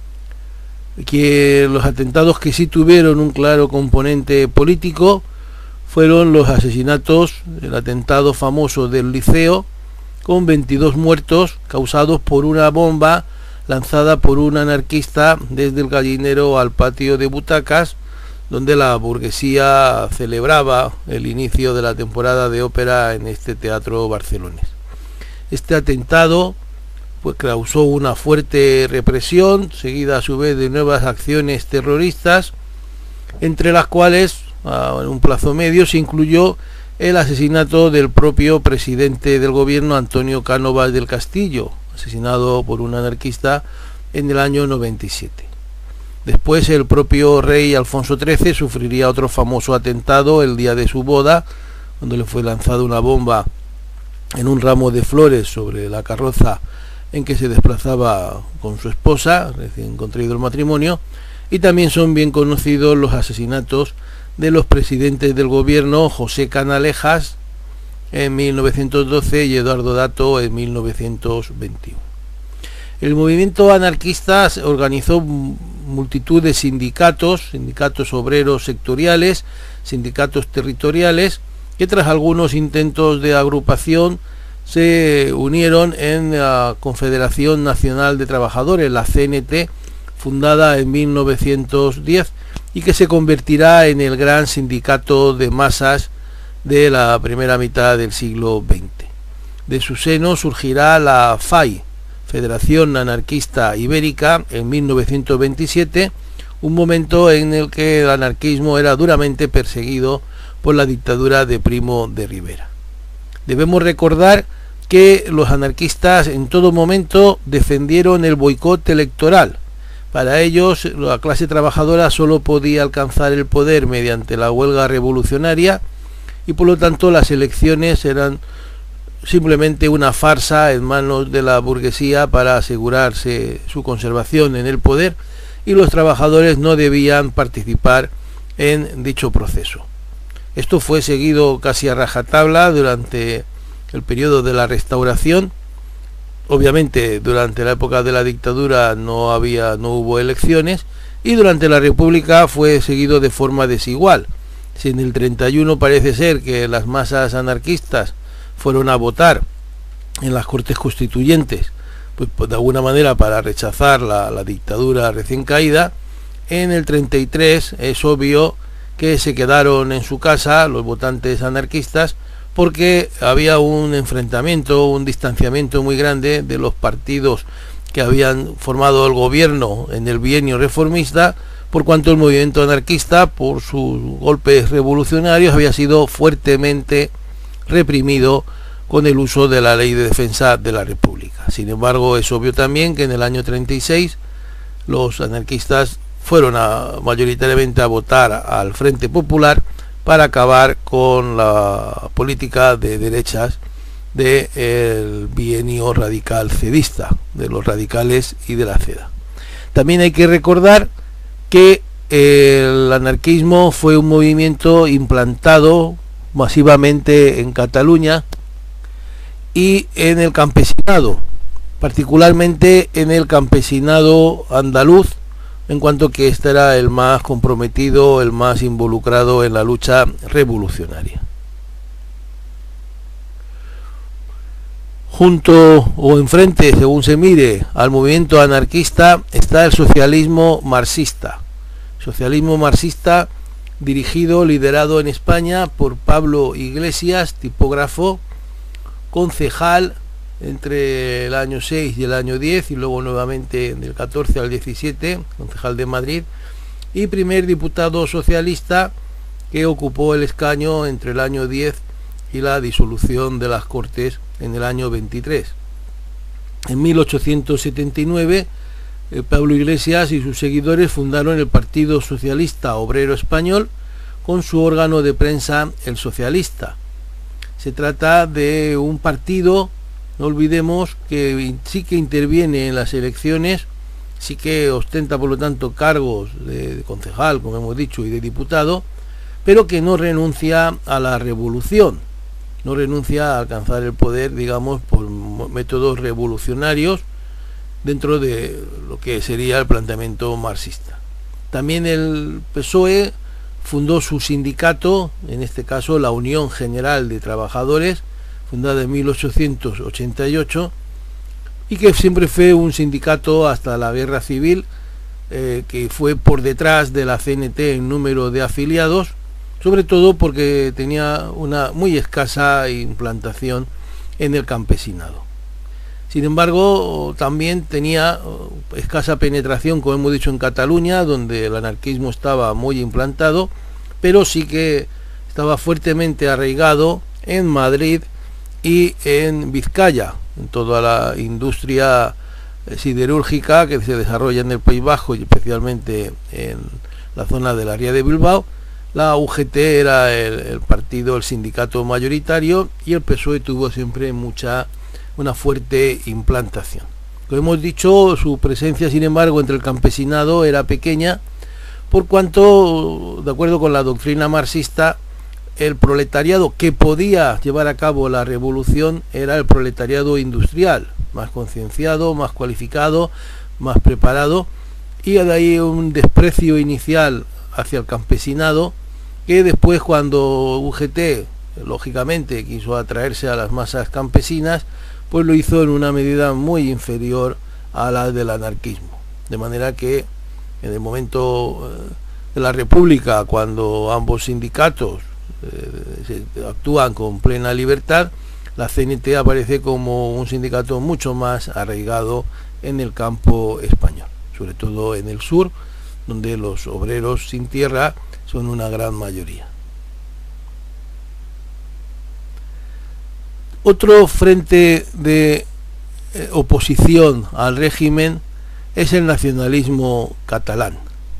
Speaker 1: Que los atentados que sí tuvieron un claro componente político fueron los asesinatos, el atentado famoso del Liceo, con 22 muertos causados por una bomba lanzada por un anarquista desde el gallinero al patio de butacas, donde la burguesía celebraba el inicio de la temporada de ópera en este teatro barcelonés. Este atentado pues causó una fuerte represión, seguida a su vez de nuevas acciones terroristas, entre las cuales, en un plazo medio, se incluyó el asesinato del propio presidente del gobierno, Antonio Cánovas del Castillo, asesinado por un anarquista en el año 97. Después el propio rey Alfonso XIII sufriría otro famoso atentado el día de su boda, cuando le fue lanzada una bomba en un ramo de flores sobre la carroza en que se desplazaba con su esposa, recién contraído el matrimonio, y también son bien conocidos los asesinatos de los presidentes del gobierno, José Canalejas en 1912 y Eduardo Dato en 1921. El movimiento anarquista organizó multitud de sindicatos obreros sectoriales, sindicatos territoriales, que tras algunos intentos de agrupación se unieron en la Confederación Nacional de Trabajadores, la CNT, fundada en 1910 y que se convertirá en el gran sindicato de masas de la primera mitad del siglo XX. De su seno surgirá la FAI, Federación Anarquista Ibérica, en 1927, un momento en el que el anarquismo era duramente perseguido por la dictadura de Primo de Rivera. Debemos recordar que los anarquistas en todo momento defendieron el boicot electoral. Para ellos, la clase trabajadora solo podía alcanzar el poder mediante la huelga revolucionaria y por lo tanto las elecciones eran simplemente una farsa en manos de la burguesía para asegurarse su conservación en el poder, y los trabajadores no debían participar en dicho proceso. Esto fue seguido casi a rajatabla durante el periodo de la Restauración. Obviamente durante la época de la dictadura no hubo elecciones, y durante la República fue seguido de forma desigual. Si en el 31 parece ser que las masas anarquistas fueron a votar en las Cortes Constituyentes, pues de alguna manera para rechazar la dictadura recién caída, en el 33 es obvio que se quedaron en su casa los votantes anarquistas, porque había un enfrentamiento, un distanciamiento muy grande de los partidos que habían formado el gobierno en el bienio reformista, por cuanto el movimiento anarquista, por sus golpes revolucionarios, había sido fuertemente reprimido con el uso de la Ley de Defensa de la República. Sin embargo, es obvio también que en el año 36 los anarquistas fueron mayoritariamente a votar al Frente Popular para acabar con la política de derechas del bienio radical cedista, de los radicales y de la CEDA. También hay que recordar que el anarquismo fue un movimiento implantado masivamente en Cataluña y en el campesinado, particularmente en el campesinado andaluz, en cuanto que este era el más comprometido, el más involucrado en la lucha revolucionaria. Junto o enfrente, según se mire, al movimiento anarquista está el socialismo marxista. Socialismo marxista dirigido, liderado en España por Pablo Iglesias, tipógrafo, concejal entre el año 6 y el año 10 y luego nuevamente del 14 al 17, concejal de Madrid, y primer diputado socialista que ocupó el escaño entre el año 10 y la disolución de las Cortes en el año 23. En 1879, Pablo Iglesias y sus seguidores fundaron el Partido Socialista Obrero Español con su órgano de prensa El Socialista. Se trata de un partido, no olvidemos, que sí que interviene en las elecciones, sí que ostenta por lo tanto cargos de concejal, como hemos dicho, y de diputado, pero que no renuncia a la revolución, no renuncia a alcanzar el poder, digamos, por métodos revolucionarios dentro de lo que sería el planteamiento marxista. También el PSOE fundó su sindicato, en este caso la Unión General de Trabajadores, fundada en 1888, y que siempre fue un sindicato hasta la Guerra Civil, que fue por detrás de la CNT en número de afiliados, sobre todo porque tenía una muy escasa implantación en el campesinado. Sin embargo, también tenía escasa penetración, como hemos dicho, en Cataluña, donde el anarquismo estaba muy implantado, pero sí que estaba fuertemente arraigado en Madrid y en Vizcaya, en toda la industria siderúrgica que se desarrolla en el País Vasco y especialmente en la zona de la Ría de Bilbao. La UGT era el partido, el sindicato mayoritario, y el PSOE tuvo siempre una fuerte implantación. Como hemos dicho, su presencia, sin embargo, entre el campesinado era pequeña, por cuanto, de acuerdo con la doctrina marxista, el proletariado que podía llevar a cabo la revolución era el proletariado industrial, más concienciado, más cualificado, más preparado, y de ahí un desprecio inicial hacia el campesinado, que después, cuando UGT lógicamente quiso atraerse a las masas campesinas, pues lo hizo en una medida muy inferior a la del anarquismo, de manera que en el momento de la República, cuando ambos sindicatos actúan con plena libertad, la CNT aparece como un sindicato mucho más arraigado en el campo español, sobre todo en el sur, donde los obreros sin tierra son una gran mayoría. Otro frente de oposición al régimen es el nacionalismo catalán.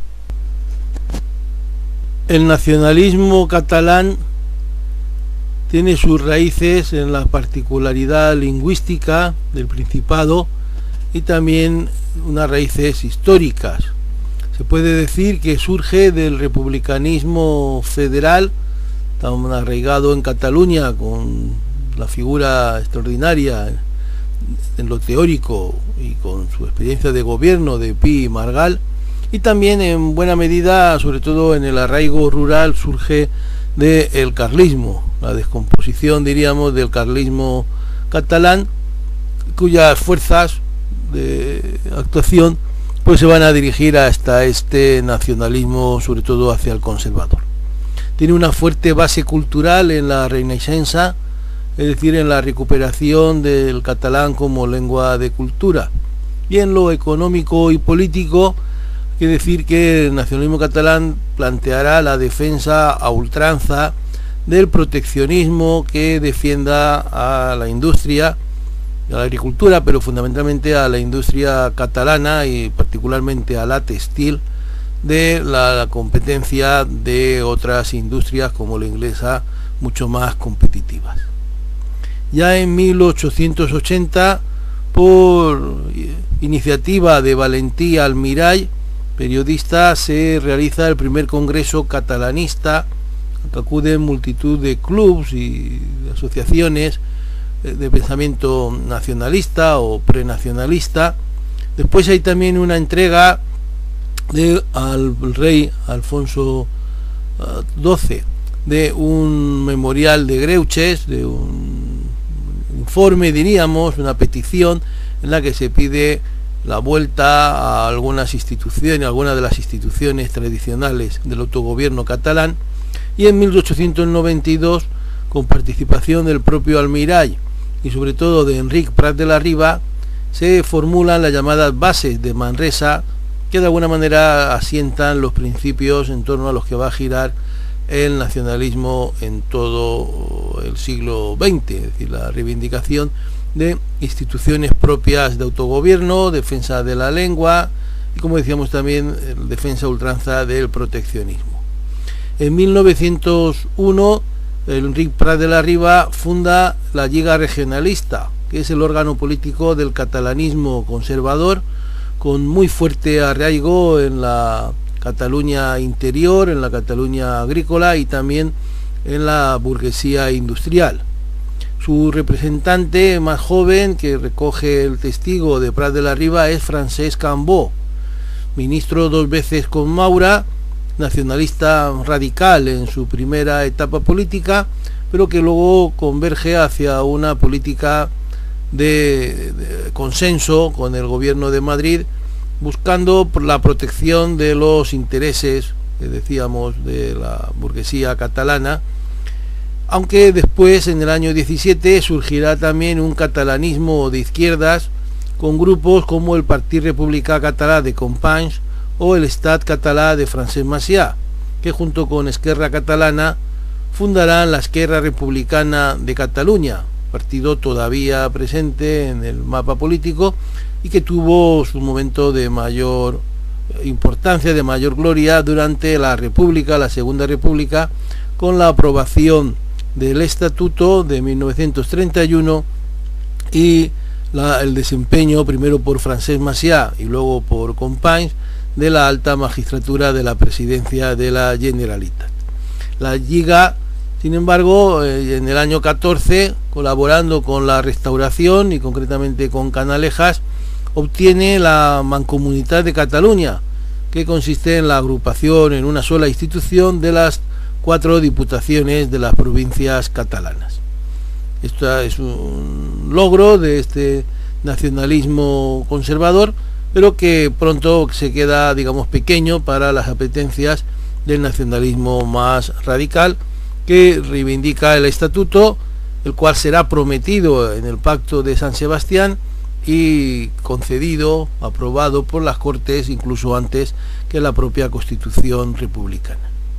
Speaker 1: El nacionalismo catalán tiene sus raíces en la particularidad lingüística del Principado y también unas raíces históricas. Se puede decir que surge del republicanismo federal, tan arraigado en Cataluña, con la figura extraordinaria en lo teórico y con su experiencia de gobierno de Pi y Margall, y también en buena medida, sobre todo en el arraigo rural, surge del carlismo, la descomposición, diríamos, del carlismo catalán, cuyas fuerzas de actuación pues se van a dirigir hasta este nacionalismo, sobre todo hacia el conservador. Tiene una fuerte base cultural en la Renaixença, es decir, en la recuperación del catalán como lengua de cultura. Y en lo económico y político, hay que decir que el nacionalismo catalán planteará la defensa a ultranza del proteccionismo que defienda a la industria, a la agricultura, pero fundamentalmente a la industria catalana y particularmente a la textil, de la competencia de otras industrias como la inglesa, mucho más competitivas. Ya en 1880, por iniciativa de Valentí Almirall, periodista, se realiza el primer congreso catalanista, que acuden multitud de clubs y asociaciones de pensamiento nacionalista o prenacionalista. Después hay también una entrega al rey Alfonso XII, de un memorial de Greuches, de un informe, diríamos, una petición en la que se pide la vuelta a algunas instituciones, algunas de las instituciones tradicionales del autogobierno catalán, y en 1892, con participación del propio Almirall y sobre todo de Enric Prat de la Riba, se formulan las llamadas bases de Manresa, que de alguna manera asientan los principios en torno a los que va a girar el nacionalismo en todo el siglo XX, es decir, la reivindicación de instituciones propias de autogobierno, defensa de la lengua y, como decíamos también, defensa a ultranza del proteccionismo. En 1901, Enric Prat de la Riba funda la Lliga Regionalista, que es el órgano político del catalanismo conservador, con muy fuerte arraigo en la Cataluña interior, en la Cataluña agrícola y también en la burguesía industrial. Su representante más joven, que recoge el testigo de Prat de la Riba, es Francesc Cambó, ministro 2 veces con Maura, nacionalista radical en su primera etapa política, pero que luego converge hacia una política de consenso con el gobierno de Madrid, buscando la protección de los intereses, que decíamos, de la burguesía catalana, aunque después, en el año 17, surgirá también un catalanismo de izquierdas con grupos como el Partit Republicà Català de Companys o el Estat Català de Francesc Macià, que junto con Esquerra Catalana fundarán la Esquerra Republicana de Cataluña, partido todavía presente en el mapa político y que tuvo su momento de mayor importancia, de mayor gloria durante la República, la Segunda República, con la aprobación del Estatuto de 1931 y el desempeño, primero por Francesc Macià y luego por Companys, de la alta magistratura de la presidencia de la Generalitat. La Lliga, sin embargo, en el año 14, colaborando con la Restauración y concretamente con Canalejas, obtiene la Mancomunitat de Cataluña, que consiste en la agrupación en una sola institución de las 4 diputaciones de las provincias catalanas. Esto es un logro de este nacionalismo conservador, pero que pronto se queda, digamos, pequeño para las apetencias del nacionalismo más radical, que reivindica el estatuto, el cual será prometido en el Pacto de San Sebastián y concedido, aprobado por las Cortes incluso antes que la propia Constitución republicana.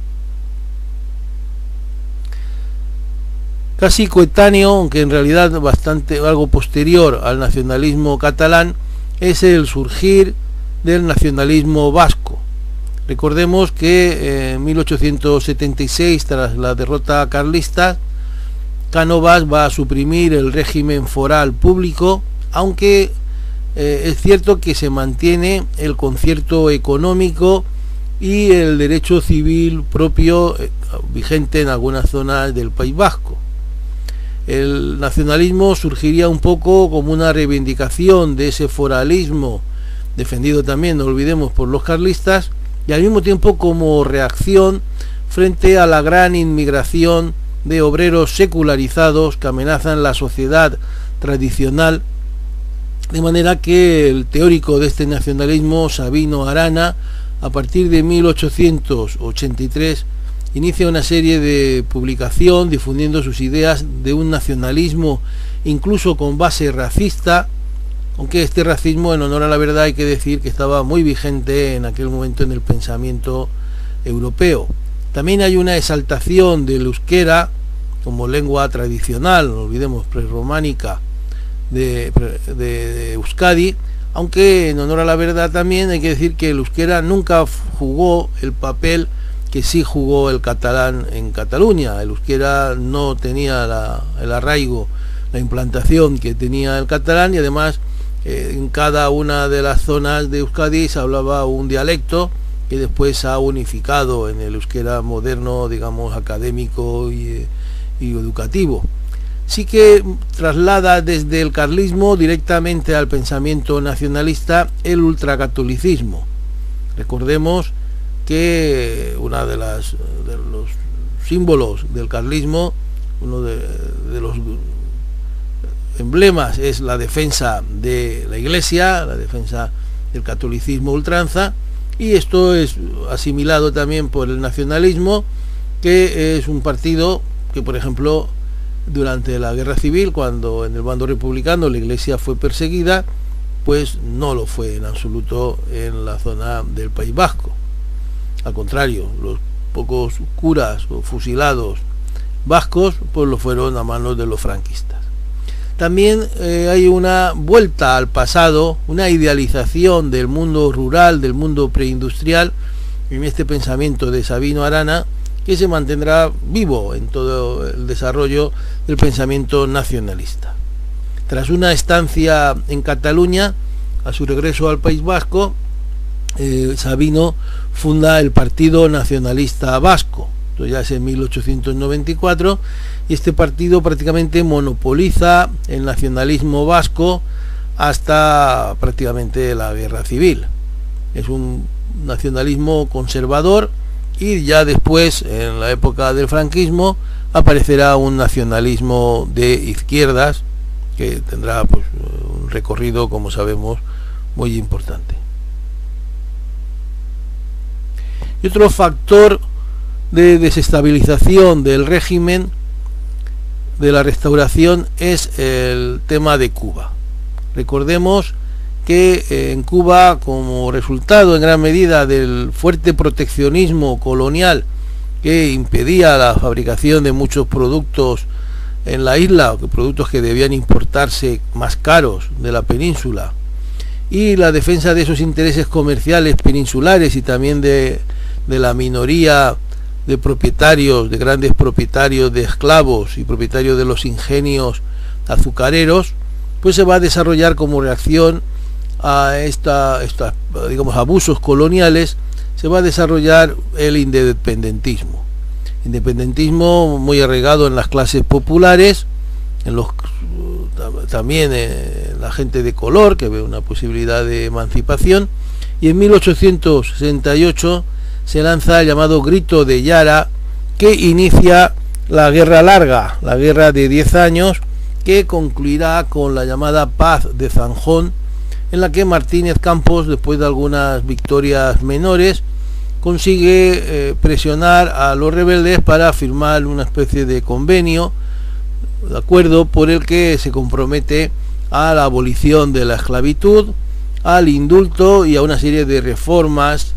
Speaker 1: Casi coetáneo, aunque en realidad algo posterior al nacionalismo catalán, es el surgir del nacionalismo vasco. Recordemos que en 1876, tras la derrota carlista, Cánovas va a suprimir el régimen foral público, aunque es cierto que se mantiene el concierto económico y el derecho civil propio vigente en algunas zonas del País Vasco. El nacionalismo surgiría un poco como una reivindicación de ese foralismo defendido también, no olvidemos, por los carlistas, y al mismo tiempo como reacción frente a la gran inmigración de obreros secularizados que amenazan la sociedad tradicional, de manera que el teórico de este nacionalismo, Sabino Arana, a partir de 1883 inicia una serie de publicación difundiendo sus ideas de un nacionalismo incluso con base racista, aunque este racismo, en honor a la verdad, hay que decir que estaba muy vigente en aquel momento en el pensamiento europeo. También hay una exaltación del euskera como lengua tradicional, no olvidemos, prerrománica de Euskadi, aunque en honor a la verdad también hay que decir que el euskera nunca jugó el papel que sí jugó el catalán en Cataluña. El euskera no tenía el arraigo, la implantación que tenía el catalán, y además en cada una de las zonas de Euskadi se hablaba un dialecto que después se ha unificado en el euskera moderno, digamos, académico y educativo. Sí que traslada desde el carlismo directamente al pensamiento nacionalista el ultracatolicismo. Recordemos que una de los símbolos del carlismo, uno de los emblemas, es la defensa de la Iglesia, la defensa del catolicismo ultranza, y esto es asimilado también por el nacionalismo, que es un partido que, por ejemplo, durante la guerra civil, cuando en el bando republicano la Iglesia fue perseguida, pues no lo fue en absoluto en la zona del País Vasco. Al contrario, los pocos curas o fusilados vascos pues lo fueron a manos de los franquistas. También hay una vuelta al pasado, una idealización del mundo rural, del mundo preindustrial, en este pensamiento de Sabino Arana, que se mantendrá vivo en todo el desarrollo del pensamiento nacionalista. Tras una estancia en Cataluña, a su regreso al País Vasco, Sabino funda el Partido Nacionalista Vasco. Esto ya es en 1894, y este partido prácticamente monopoliza el nacionalismo vasco hasta prácticamente la guerra civil. Es un nacionalismo conservador, y ya después, en la época del franquismo, aparecerá un nacionalismo de izquierdas que tendrá pues un recorrido, como sabemos, muy importante. Y otro factor de desestabilización del régimen de la Restauración es el tema de Cuba. Recordemos que en Cuba, como resultado en gran medida del fuerte proteccionismo colonial que impedía la fabricación de muchos productos en la isla, o que productos que debían importarse más caros de la península, y la defensa de esos intereses comerciales peninsulares y también de la minoría de propietarios, de grandes propietarios de esclavos y propietarios de los ingenios azucareros, pues se va a desarrollar como reacción a digamos, abusos coloniales, se va a desarrollar el independentismo. Independentismo muy arraigado en las clases populares, también en la gente de color, que ve una posibilidad de emancipación, y en 1868 se lanza el llamado Grito de Yara, que inicia la Guerra Larga, la guerra de 10 años, que concluirá con la llamada Paz de Zanjón, en la que Martínez Campos, después de algunas victorias menores, consigue presionar a los rebeldes para firmar una especie de convenio, de acuerdo por el que se compromete a la abolición de la esclavitud, al indulto y a una serie de reformas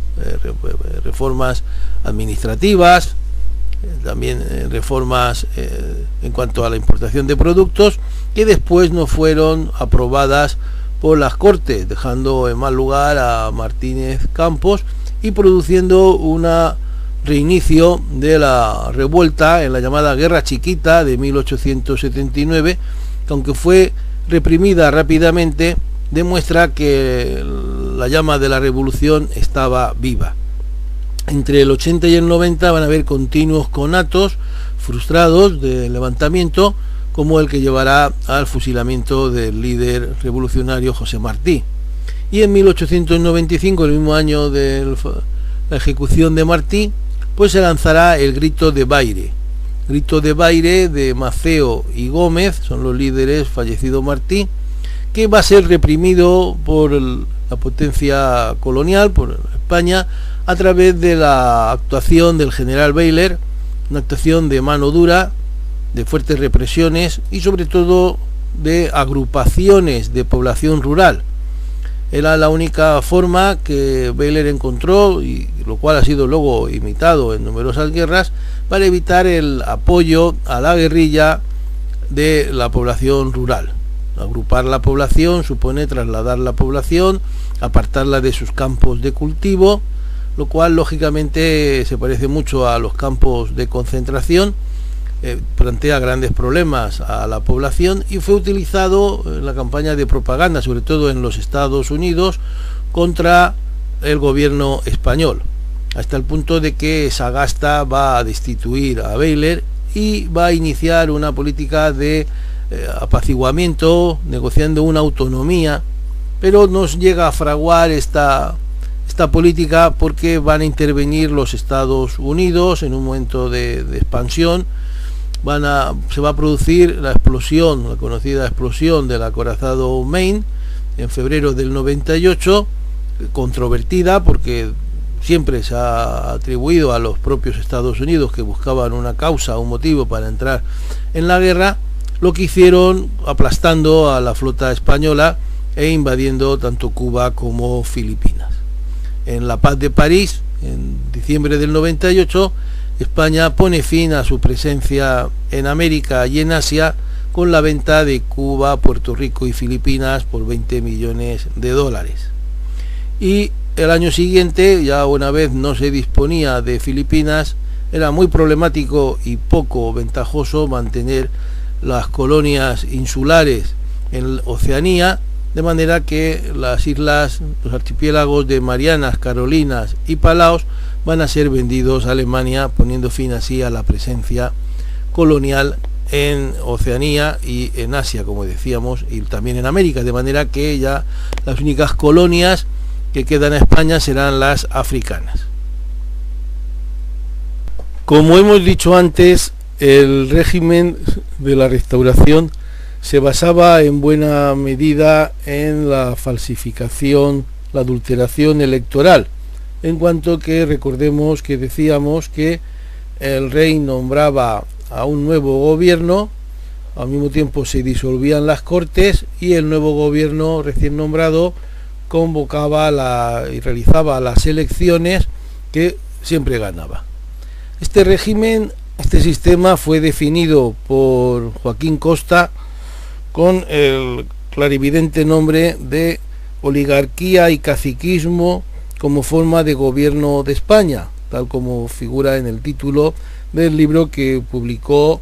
Speaker 1: administrativas, también reformas en cuanto a la importación de productos, que después no fueron aprobadas por las Cortes, dejando en mal lugar a Martínez Campos y produciendo un reinicio de la revuelta en la llamada Guerra Chiquita de 1879, que aunque fue reprimida rápidamente, demuestra que la llama de la revolución estaba viva. Entre el 80 y el 90 van a haber continuos conatos frustrados de levantamiento, como el que llevará al fusilamiento del líder revolucionario José Martí. Y en 1895, el mismo año de la ejecución de Martí, pues se lanzará el Grito de Baire. Grito de Baire de Maceo y Gómez, son los líderes, fallecido Martí, que va a ser reprimido por la potencia colonial, por España, a través de la actuación del general Baylor, una actuación de mano dura, de fuertes represiones y sobre todo de agrupaciones de población rural. Era la única forma que Baylor encontró, y lo cual ha sido luego imitado en numerosas guerras, para evitar el apoyo a la guerrilla de la población rural. Agrupar la población supone trasladar la población, apartarla de sus campos de cultivo, lo cual lógicamente se parece mucho a los campos de concentración, plantea grandes problemas a la población y fue utilizado en la campaña de propaganda, sobre todo en los Estados Unidos, contra el gobierno español, hasta el punto de que Sagasta va a destituir a Baylor y va a iniciar una política de apaciguamiento, negociando una autonomía, pero no llega a fraguar esta esta política porque van a intervenir los Estados Unidos en un momento de expansión. Se va a producir la conocida explosión del acorazado Maine en febrero del 98, controvertida porque siempre se ha atribuido a los propios Estados Unidos, que buscaban una causa, un motivo para entrar en la guerra, lo que hicieron aplastando a la flota española e invadiendo tanto Cuba como Filipinas. En la Paz de París, en diciembre del 98, España pone fin a su presencia en América y en Asia con la venta de Cuba, Puerto Rico y Filipinas por 20 millones de dólares. Y el año siguiente, ya una vez no se disponía de Filipinas, era muy problemático y poco ventajoso mantener las colonias insulares en Oceanía, de manera que las islas, los archipiélagos de Marianas, Carolinas y Palaos van a ser vendidos a Alemania, poniendo fin así a la presencia colonial en Oceanía y en Asia, como decíamos, y también en América, de manera que ya las únicas colonias que quedan en España serán las africanas. Como hemos dicho antes, el régimen de la Restauración se basaba en buena medida en la falsificación, la adulteración electoral, en cuanto que recordemos que decíamos que el rey nombraba a un nuevo gobierno, al mismo tiempo se disolvían las Cortes y el nuevo gobierno recién nombrado convocaba y realizaba las elecciones, que siempre ganaba. Este régimen, este sistema fue definido por Joaquín Costa con el clarividente nombre de oligarquía y caciquismo como forma de gobierno de España, tal como figura en el título del libro que publicó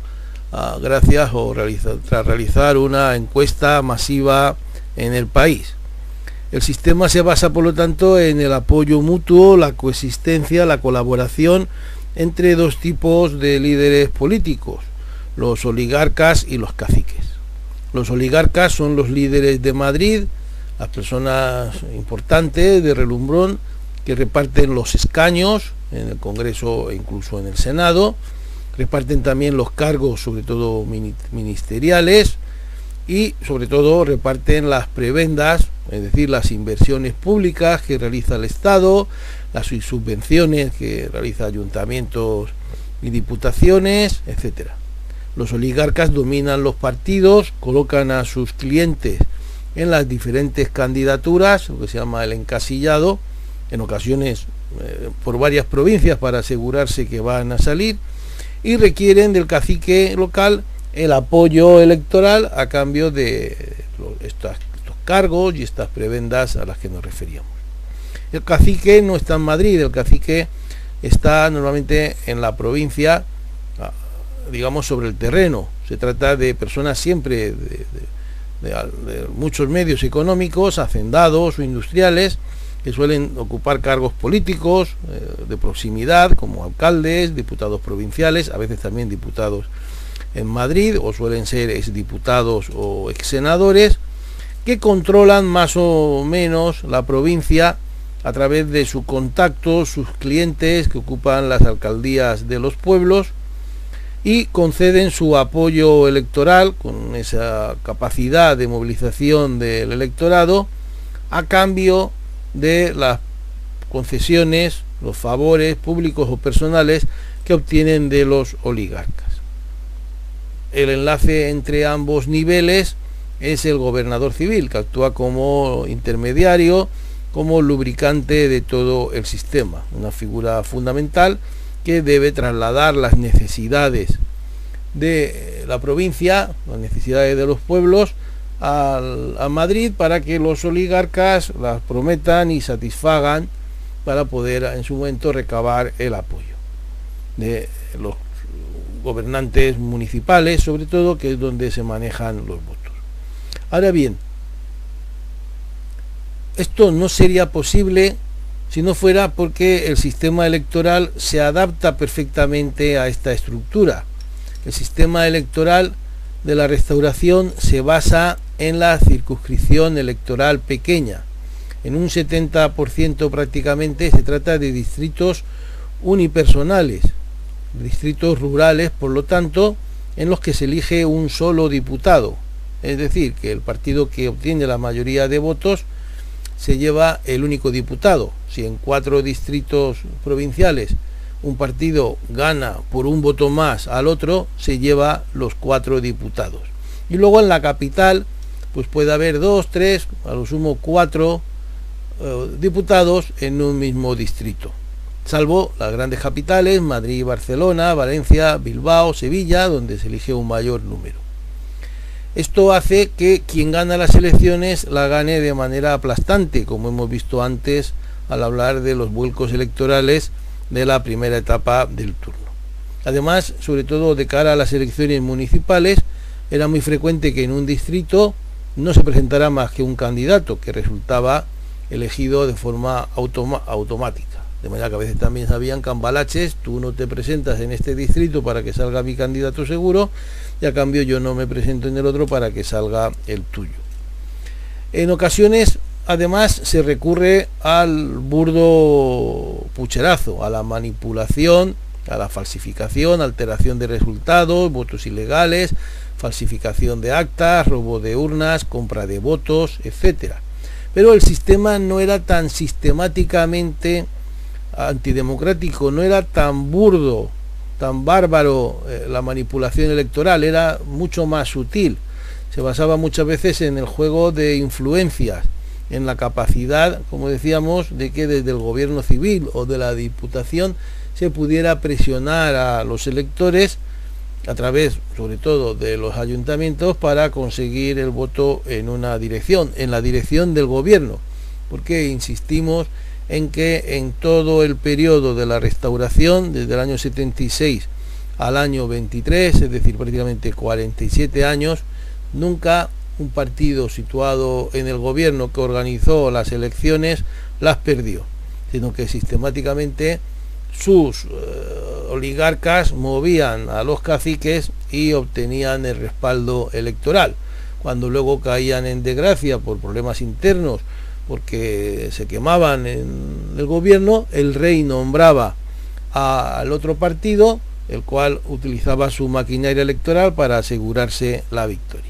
Speaker 1: tras realizar una encuesta masiva en el país. El sistema se basa, por lo tanto, en el apoyo mutuo, la coexistencia, la colaboración entre dos tipos de líderes políticos, los oligarcas y los caciques. Los oligarcas son los líderes de Madrid, las personas importantes de relumbrón que reparten los escaños en el Congreso e incluso en el Senado, reparten también los cargos, sobre todo ministeriales, y sobre todo reparten las prebendas, es decir, las inversiones públicas que realiza el Estado, las subvenciones que realiza ayuntamientos y diputaciones, etcétera. Los oligarcas dominan los partidos, colocan a sus clientes en las diferentes candidaturas, lo que se llama el encasillado, en ocasiones por varias provincias para asegurarse que van a salir, y requieren del cacique local el apoyo electoral a cambio de estos cargos y estas prebendas a las que nos referíamos. El cacique no está en Madrid, el cacique está normalmente en la provincia, digamos, sobre el terreno. Se trata de personas siempre de muchos medios económicos, hacendados o industriales, que suelen ocupar cargos políticos de proximidad, como alcaldes, diputados provinciales, a veces también diputados en Madrid, o suelen ser exdiputados o exsenadores, que controlan más o menos la provincia a través de su contacto, sus clientes que ocupan las alcaldías de los pueblos, y conceden su apoyo electoral con esa capacidad de movilización del electorado a cambio de las concesiones, los favores públicos o personales que obtienen de los oligarcas. El enlace entre ambos niveles es el gobernador civil, que actúa como intermediario, como lubricante de todo el sistema, una figura fundamental que debe trasladar las necesidades de la provincia, las necesidades de los pueblos, a Madrid, para que los oligarcas las prometan y satisfagan para poder en su momento recabar el apoyo de los gobernantes municipales, sobre todo, que es donde se manejan los votos. Ahora bien, esto no sería posible si no fuera porque el sistema electoral se adapta perfectamente a esta estructura. El sistema electoral de la Restauración se basa en la circunscripción electoral pequeña, en un 70% prácticamente se trata de distritos unipersonales, distritos rurales, por lo tanto, en los que se elige un solo diputado. Es decir, que el partido que obtiene la mayoría de votos se lleva el único diputado. Si en 4 distritos provinciales un partido gana por un voto más al otro, se lleva los 4 diputados. Y luego en la capital, pues puede haber 2, 3, a lo sumo 4 diputados en un mismo distrito, salvo las grandes capitales, Madrid, Barcelona, Valencia, Bilbao, Sevilla, donde se elige un mayor número. Esto hace que quien gana las elecciones la gane de manera aplastante, como hemos visto antes al hablar de los vuelcos electorales de la primera etapa del turno. Además, sobre todo de cara a las elecciones municipales, era muy frecuente que en un distrito no se presentara más que un candidato que resultaba elegido de forma automática. De manera que a veces también sabían cambalaches: tú no te presentas en este distrito para que salga mi candidato seguro, y a cambio yo no me presento en el otro para que salga el tuyo. En ocasiones, además, se recurre al burdo pucherazo, a la manipulación, a la falsificación, alteración de resultados, votos ilegales, falsificación de actas, robo de urnas, compra de votos, etcétera. Pero el sistema no era tan sistemáticamente antidemocrático, no era tan burdo, tan bárbaro la manipulación electoral, era mucho más sutil. Se basaba muchas veces en el juego de influencias, en la capacidad, como decíamos, de que desde el gobierno civil o de la diputación se pudiera presionar a los electores a través, sobre todo, de los ayuntamientos para conseguir el voto en una dirección, en la dirección del gobierno, porque insistimos en que en todo el periodo de la Restauración, desde el año 76 al año 23, es decir, prácticamente 47 años, nunca un partido situado en el gobierno que organizó las elecciones las perdió, sino que sistemáticamente sus oligarcas movían a los caciques y obtenían el respaldo electoral. Cuando luego caían en desgracia por problemas internos, porque se quemaban en el gobierno, el rey nombraba al otro partido, el cual utilizaba su maquinaria electoral para asegurarse la victoria.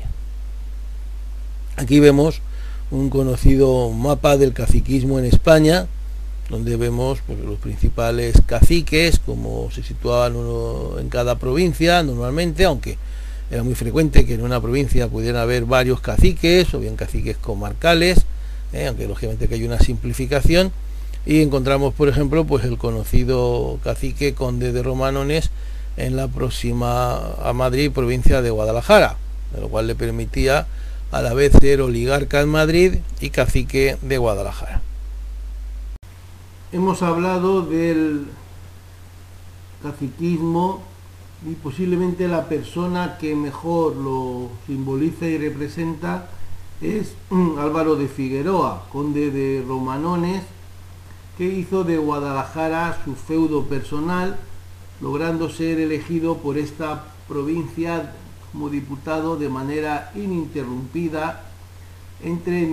Speaker 1: Aquí vemos un conocido mapa del caciquismo en España, donde vemos pues, los principales caciques, como se situaban uno en cada provincia normalmente, aunque era muy frecuente que en una provincia pudieran haber varios caciques, o bien caciques comarcales, aunque lógicamente que hay una simplificación, y encontramos, por ejemplo, pues el conocido cacique conde de Romanones en la próxima a Madrid, provincia de Guadalajara, lo cual le permitía a la vez ser oligarca en Madrid y cacique de Guadalajara. Hemos hablado del caciquismo y posiblemente la persona que mejor lo simboliza y representa es Álvaro de Figueroa, conde de Romanones, que hizo de Guadalajara su feudo personal, logrando ser elegido por esta provincia como diputado de manera ininterrumpida entre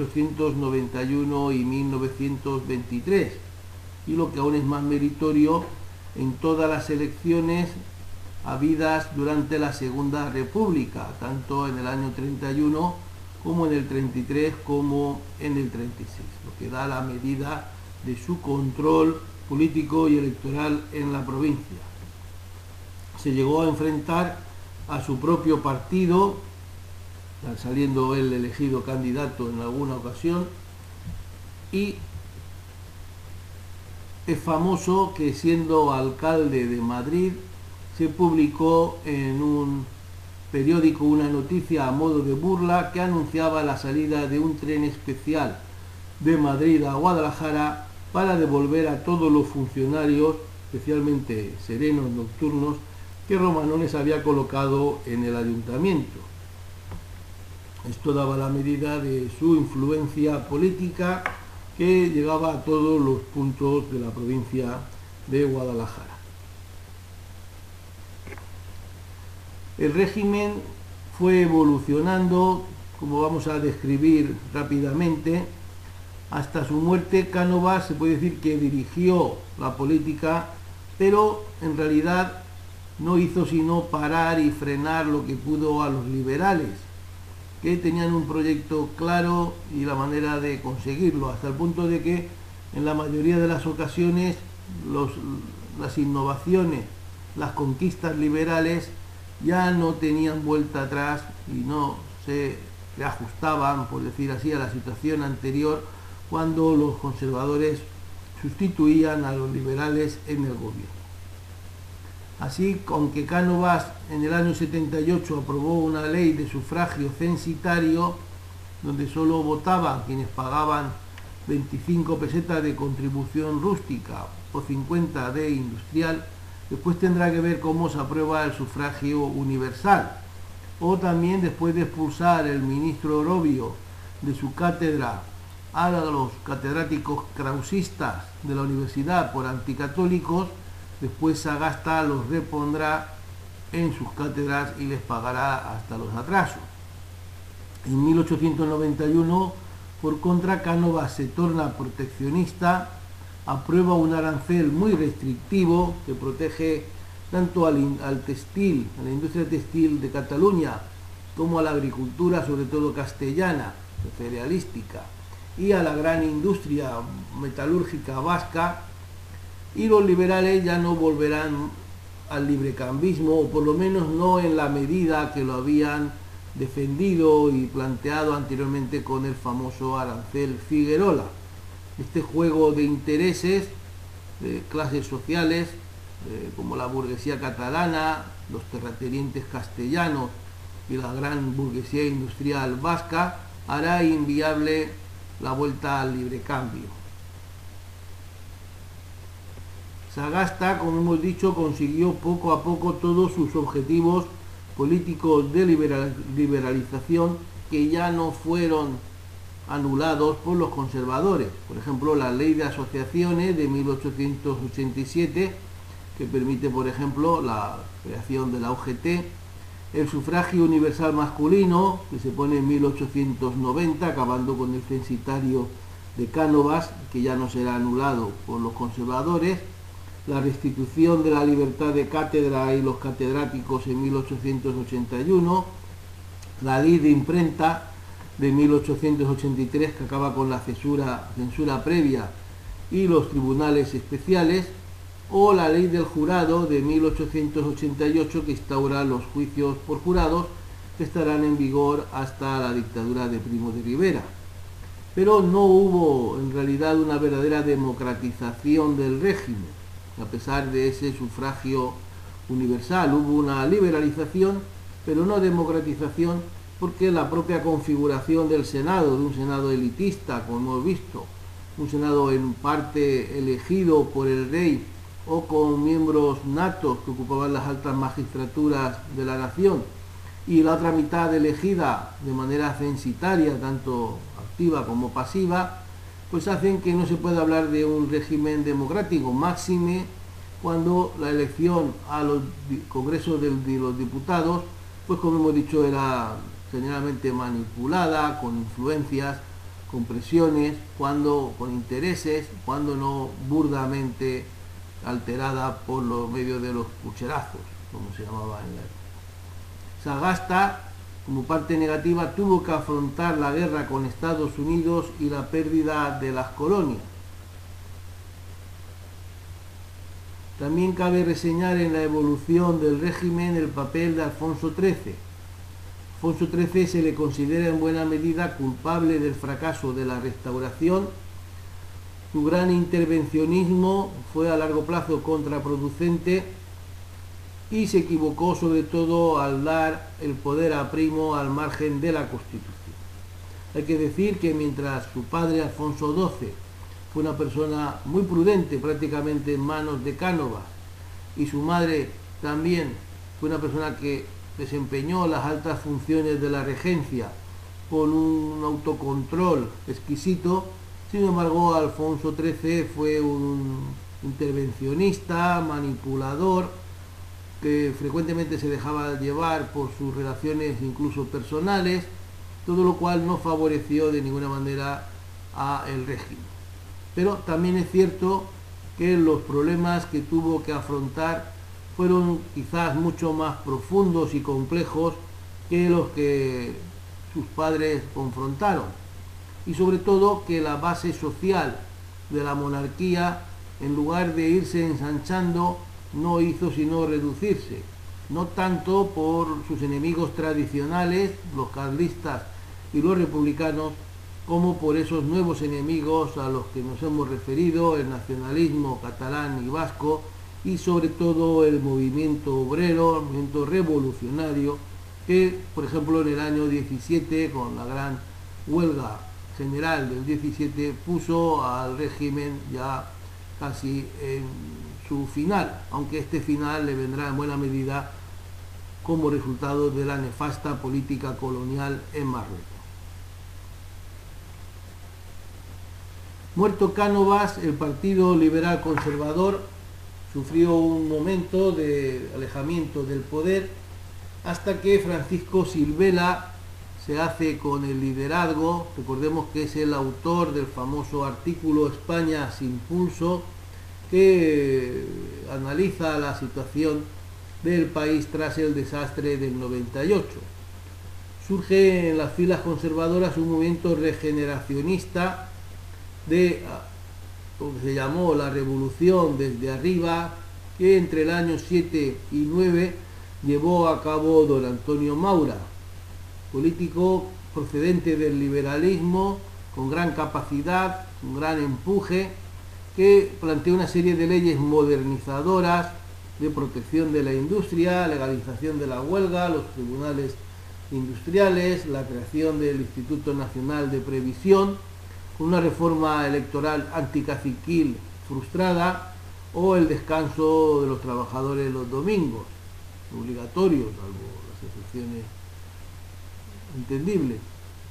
Speaker 1: 1891 y 1923, y lo que aún es más meritorio, en todas las elecciones habidas durante la Segunda República, tanto en el año 31 como en el 33 como en el 36, lo que da la medida de su control político y electoral en la provincia. Se llegó a enfrentar a su propio partido, saliendo él elegido candidato en alguna ocasión, y es famoso que, siendo alcalde de Madrid, se publicó en un periódico una noticia a modo de burla que anunciaba la salida de un tren especial de Madrid a Guadalajara para devolver a todos los funcionarios, especialmente serenos nocturnos, que Romanones había colocado en el ayuntamiento. Esto daba la medida de su influencia política, que llegaba a todos los puntos de la provincia de Guadalajara. El régimen fue evolucionando, como vamos a describir rápidamente, Hasta su muerte, Cánovas se puede decir que dirigió la política, pero en realidad no hizo sino parar y frenar lo que pudo a los liberales, que tenían un proyecto claro y la manera de conseguirlo, hasta el punto de que en la mayoría de las ocasiones las innovaciones, las conquistas liberales ya no tenían vuelta atrás y no se reajustaban, por decir así, a la situación anterior cuando los conservadores sustituían a los liberales en el gobierno. Así, aunque Cánovas en el año 78 aprobó una ley de sufragio censitario, donde solo votaban quienes pagaban 25 pesetas de contribución rústica o 50 de industrial, después tendrá que ver cómo se aprueba el sufragio universal. O también después de expulsar el ministro Orobio de su cátedra a los catedráticos krausistas de la universidad por anticatólicos, después Sagasta los repondrá en sus cátedras y les pagará hasta los atrasos. En 1891, por contra, Cánovas se torna proteccionista, aprueba un arancel muy restrictivo que protege tanto al textil, a la industria textil de Cataluña, como a la agricultura, sobre todo castellana, cerealística, y a la gran industria metalúrgica vasca, y los liberales ya no volverán al librecambismo, o por lo menos no en la medida que lo habían defendido y planteado anteriormente con el famoso arancel Figuerola. Este juego de intereses de clases sociales, como la burguesía catalana, los terratenientes castellanos y la gran burguesía industrial vasca, hará inviable la vuelta al librecambio. Sagasta, como hemos dicho, consiguió poco a poco todos sus objetivos políticos de liberalización, que ya no fueron anulados por los conservadores. Por ejemplo, la ley de asociaciones de 1887, que permite, por ejemplo, la creación de la UGT, el sufragio universal masculino, que se pone en 1890, acabando con el censitario de Cánovas, que ya no será anulado por los conservadores, la restitución de la libertad de cátedra y los catedráticos en 1881, la ley de imprenta de 1883, que acaba con la censura previa y los tribunales especiales, o la ley del jurado de 1888, que instaura los juicios por jurados, que estarán en vigor hasta la dictadura de Primo de Rivera. Pero no hubo en realidad una verdadera democratización del régimen. A pesar de ese sufragio universal, hubo una liberalización, pero no democratización, porque la propia configuración del Senado, de un Senado elitista, como hemos visto, un Senado en parte elegido por el rey o con miembros natos que ocupaban las altas magistraturas de la nación, y la otra mitad elegida de manera censitaria, tanto activa como pasiva, pues hacen que no se pueda hablar de un régimen democrático, máxime cuando la elección a los congresos de los diputados, pues como hemos dicho, era generalmente manipulada, con influencias, con presiones, con intereses, cuando no burdamente alterada por los medios de los pucherazos, como se llamaba en la época. Sagasta, como parte negativa, tuvo que afrontar la guerra con Estados Unidos y la pérdida de las colonias. También cabe reseñar en la evolución del régimen el papel de Alfonso XIII. Alfonso XIII se le considera en buena medida culpable del fracaso de la Restauración. Su gran intervencionismo fue a largo plazo contraproducente y se equivocó sobre todo al dar el poder a Primo al margen de la Constitución. Hay que decir que mientras su padre Alfonso XII fue una persona muy prudente, prácticamente en manos de Cánovas, y su madre también fue una persona que desempeñó las altas funciones de la regencia con un autocontrol exquisito, sin embargo Alfonso XIII fue un intervencionista, manipulador, que frecuentemente se dejaba llevar por sus relaciones incluso personales, todo lo cual no favoreció de ninguna manera a el régimen. Pero también es cierto que los problemas que tuvo que afrontar fueron quizás mucho más profundos y complejos que los que sus padres confrontaron. Y sobre todo que la base social de la monarquía, en lugar de irse ensanchando, no hizo sino reducirse, no tanto por sus enemigos tradicionales, los carlistas y los republicanos, como por esos nuevos enemigos a los que nos hemos referido, el nacionalismo catalán y vasco, y sobre todo el movimiento obrero, el movimiento revolucionario, que por ejemplo en el año 17, con la gran huelga general del 17, puso al régimen ya casi en su final, aunque este final le vendrá en buena medida como resultado de la nefasta política colonial en Marruecos. Muerto Cánovas, el Partido Liberal Conservador sufrió un momento de alejamiento del poder hasta que Francisco Silvela se hace con el liderazgo. Recordemos que es el autor del famoso artículo España sin pulso, que analiza la situación del país tras el desastre del 98. Surge en las filas conservadoras un movimiento regeneracionista de lo que se llamó la revolución desde arriba, que entre el año 7 y 9 llevó a cabo don Antonio Maura, político procedente del liberalismo, con gran capacidad, un gran empuje, que planteó una serie de leyes modernizadoras de protección de la industria, legalización de la huelga, los tribunales industriales, la creación del Instituto Nacional de Previsión, una reforma electoral anticaciquil frustrada, o el descanso de los trabajadores los domingos, obligatorio, salvo las excepciones entendibles.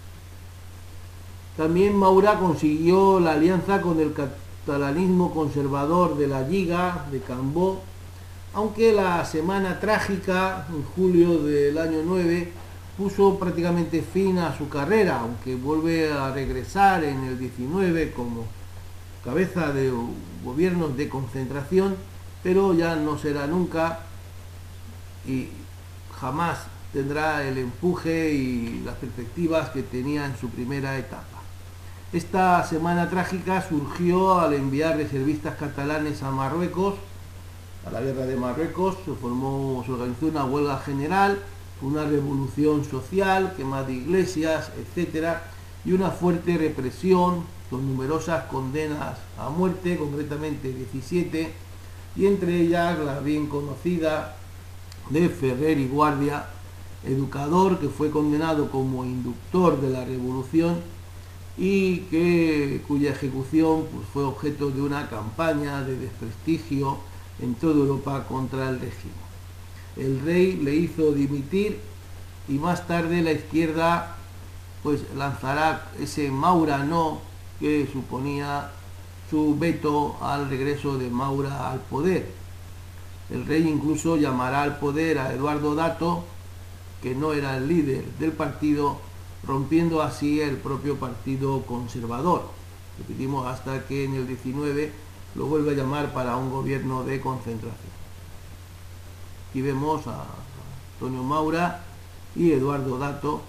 Speaker 1: También Maura consiguió la alianza con el catalanismo conservador de la Lliga de Cambó, aunque la Semana Trágica, en julio del año 9, puso prácticamente fin a su carrera, aunque vuelve a regresar en el 19 como cabeza de gobiernos de concentración, pero ya no será nunca y jamás tendrá el empuje y las perspectivas que tenía en su primera etapa. Esta Semana Trágica surgió al enviar reservistas catalanes a Marruecos, a la guerra de Marruecos. Se organizó una huelga general, una revolución social, quema de iglesias, etcétera, y una fuerte represión con numerosas condenas a muerte, concretamente 17, y entre ellas la bien conocida de Ferrer y Guardia, educador que fue condenado como inductor de la revolución y cuya ejecución fue objeto de una campaña de desprestigio en toda Europa contra el régimen. El rey le hizo dimitir y más tarde la izquierda lanzará ese Maura no, que suponía su veto al regreso de Maura al poder. El rey incluso llamará al poder a Eduardo Dato, que no era el líder del partido, rompiendo así el propio partido conservador. Repetimos, hasta que en el 19 lo vuelve a llamar para un gobierno de concentración. Aquí vemos a Antonio Maura y Eduardo Dato.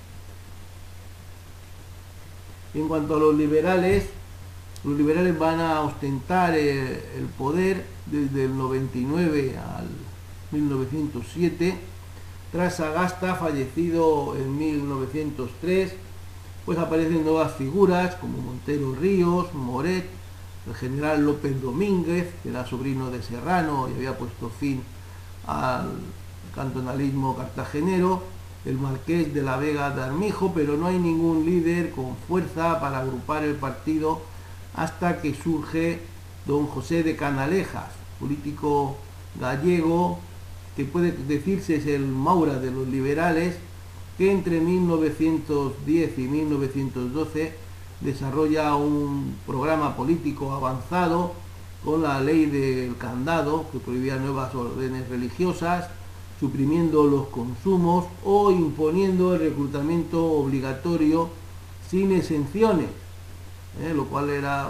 Speaker 1: En cuanto a los liberales van a ostentar el poder desde el 99 al 1907. Tras Sagasta, fallecido en 1903, aparecen nuevas figuras como Montero Ríos, Moret, el general López Domínguez, que era sobrino de Serrano y había puesto fin al cantonalismo cartagenero, el marqués de la Vega de Armijo, pero no hay ningún líder con fuerza para agrupar el partido hasta que surge don José de Canalejas, político gallego, que puede decirse es el Maura de los liberales, que entre 1910 y 1912 desarrolla un programa político avanzado con la ley del candado, que prohibía nuevas órdenes religiosas, suprimiendo los consumos o imponiendo el reclutamiento obligatorio sin exenciones. lo cual era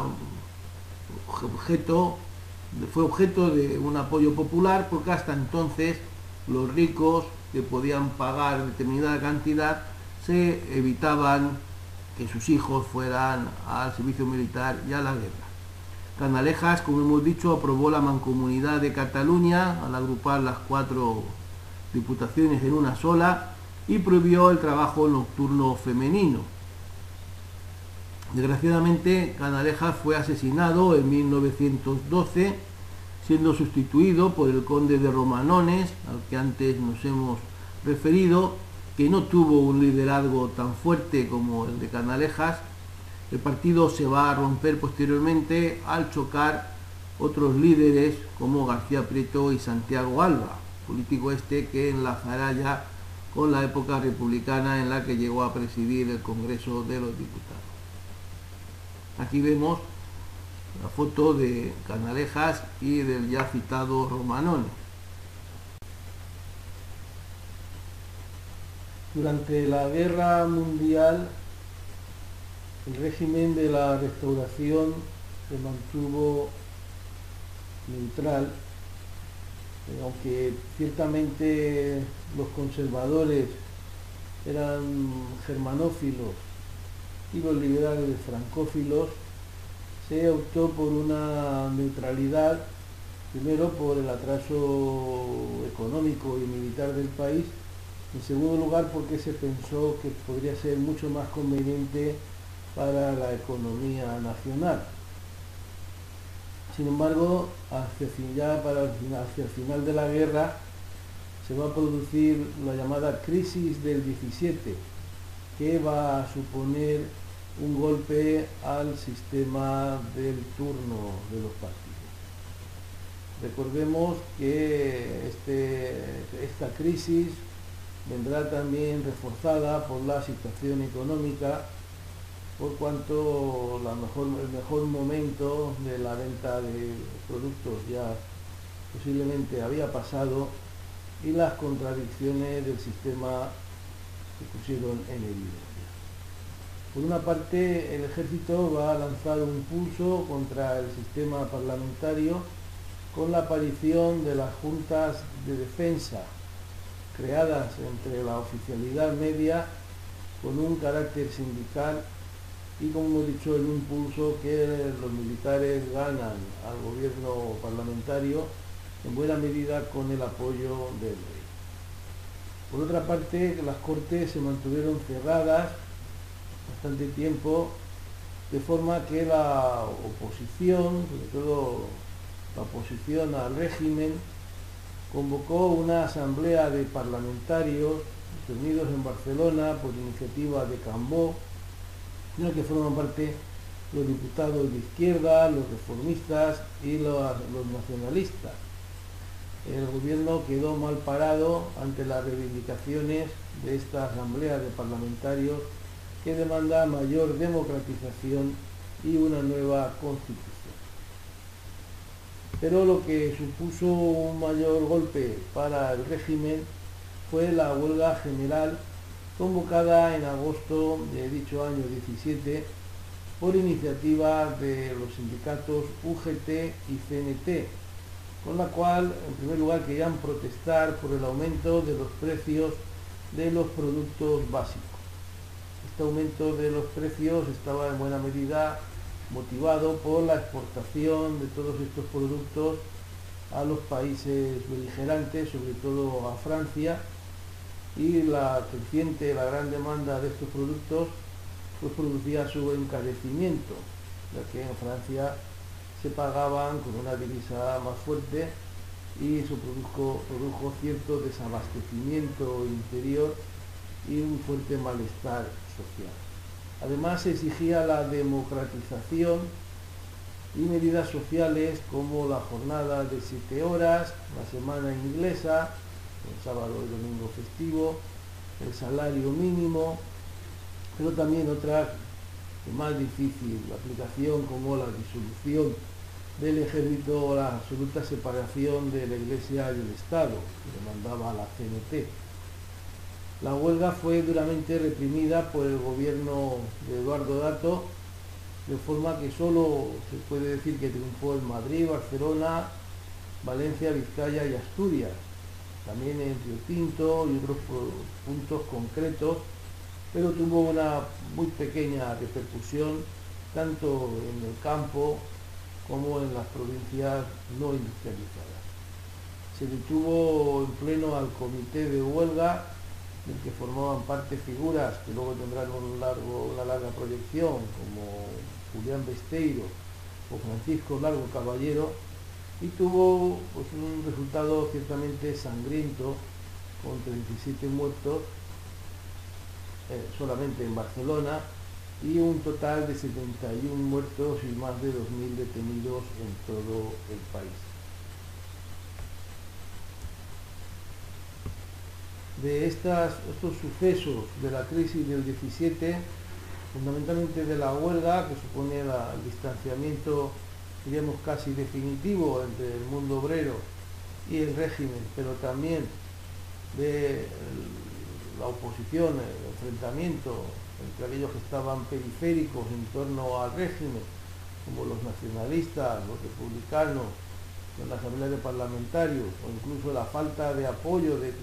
Speaker 1: fue objeto de un apoyo popular, porque hasta entonces los ricos que podían pagar determinada cantidad se evitaban que sus hijos fueran al servicio militar y a la guerra. Canalejas, como hemos dicho, aprobó la Mancomunidad de Cataluña al agrupar las 4 diputaciones en una sola y prohibió el trabajo nocturno femenino. Desgraciadamente, Canalejas fue asesinado en 1912, siendo sustituido por el conde de Romanones, al que antes nos hemos referido, que no tuvo un liderazgo tan fuerte como el de Canalejas. El partido se va a romper posteriormente al chocar otros líderes como García Prieto y Santiago Alba, político que enlazará ya con la época republicana en la que llegó a presidir el Congreso de los Diputados. Aquí vemos la foto de Canalejas y del ya citado Romanones. Durante la Guerra Mundial, el régimen de la Restauración se mantuvo neutral, aunque ciertamente los conservadores eran germanófilos y los liberales francófilos. Se optó por una neutralidad, primero por el atraso económico y militar del país, en segundo lugar porque se pensó que podría ser mucho más conveniente para la economía nacional. Sin embargo, hacia el final de la guerra se va a producir la llamada crisis del 17, que va a suponer un golpe al sistema del turno de los partidos. Recordemos que esta crisis vendrá también reforzada por la situación económica, por cuanto el mejor momento de la venta de productos ya posiblemente había pasado y las contradicciones del sistema se pusieron en evidencia. Por una parte, el ejército va a lanzar un pulso contra el sistema parlamentario con la aparición de las juntas de defensa, creadas entre la oficialidad media con un carácter sindical y, como hemos dicho, el impulso que los militares ganan al gobierno parlamentario en buena medida con el apoyo del rey. Por otra parte, las Cortes se mantuvieron cerradas bastante tiempo, de forma que la oposición, sobre todo la oposición al régimen, convocó una asamblea de parlamentarios reunidos en Barcelona por iniciativa de Cambó, en la que forman parte los diputados de izquierda, los reformistas y los nacionalistas. El gobierno quedó mal parado ante las reivindicaciones de esta asamblea de parlamentarios, que demanda mayor democratización y una nueva constitución. Pero lo que supuso un mayor golpe para el régimen fue la huelga general convocada en agosto de dicho año 17 por iniciativa de los sindicatos UGT y CNT, con la cual, en primer lugar, querían protestar por el aumento de los precios de los productos básicos. Este aumento de los precios estaba en buena medida motivado por la exportación de todos estos productos a los países beligerantes, sobre todo a Francia, y la gran demanda de estos productos pues producía su encarecimiento, ya que en Francia se pagaban con una divisa más fuerte y eso produjo cierto desabastecimiento interior y un fuerte malestar social. Además, se exigía la democratización y medidas sociales como la jornada de 7 horas, la semana inglesa, el sábado y domingo festivo, el salario mínimo, pero también otra más difícil, la aplicación como la disolución del ejército o la absoluta separación de la Iglesia y el Estado, que demandaba la CNT. La huelga fue duramente reprimida por el gobierno de Eduardo Dato, de forma que solo se puede decir que triunfó en Madrid, Barcelona, Valencia, Vizcaya y Asturias, también en Río Tinto y otros puntos concretos, pero tuvo una muy pequeña repercusión tanto en el campo como en las provincias no industrializadas. Se detuvo en pleno al comité de huelga, del que formaban parte figuras que luego tendrán una larga proyección, como Julián Besteiro o Francisco Largo Caballero, y tuvo pues, un resultado ciertamente sangriento, con 37 muertos solamente en Barcelona, y un total de 71 muertos y más de 2.000 detenidos en todo el país. De estos sucesos de la crisis del 17, fundamentalmente de la huelga, que supone el distanciamiento, diríamos, casi definitivo entre el mundo obrero y el régimen, pero también de la oposición, el enfrentamiento entre aquellos que estaban periféricos en torno al régimen, como los nacionalistas, los republicanos, en la Asamblea de Parlamentarios, o incluso la falta de apoyo, de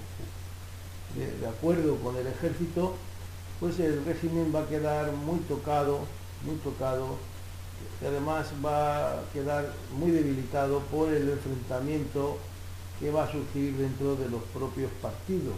Speaker 1: acuerdo con el ejército, pues el régimen va a quedar muy tocado, y además va a quedar muy debilitado por el enfrentamiento que va a surgir dentro de los propios partidos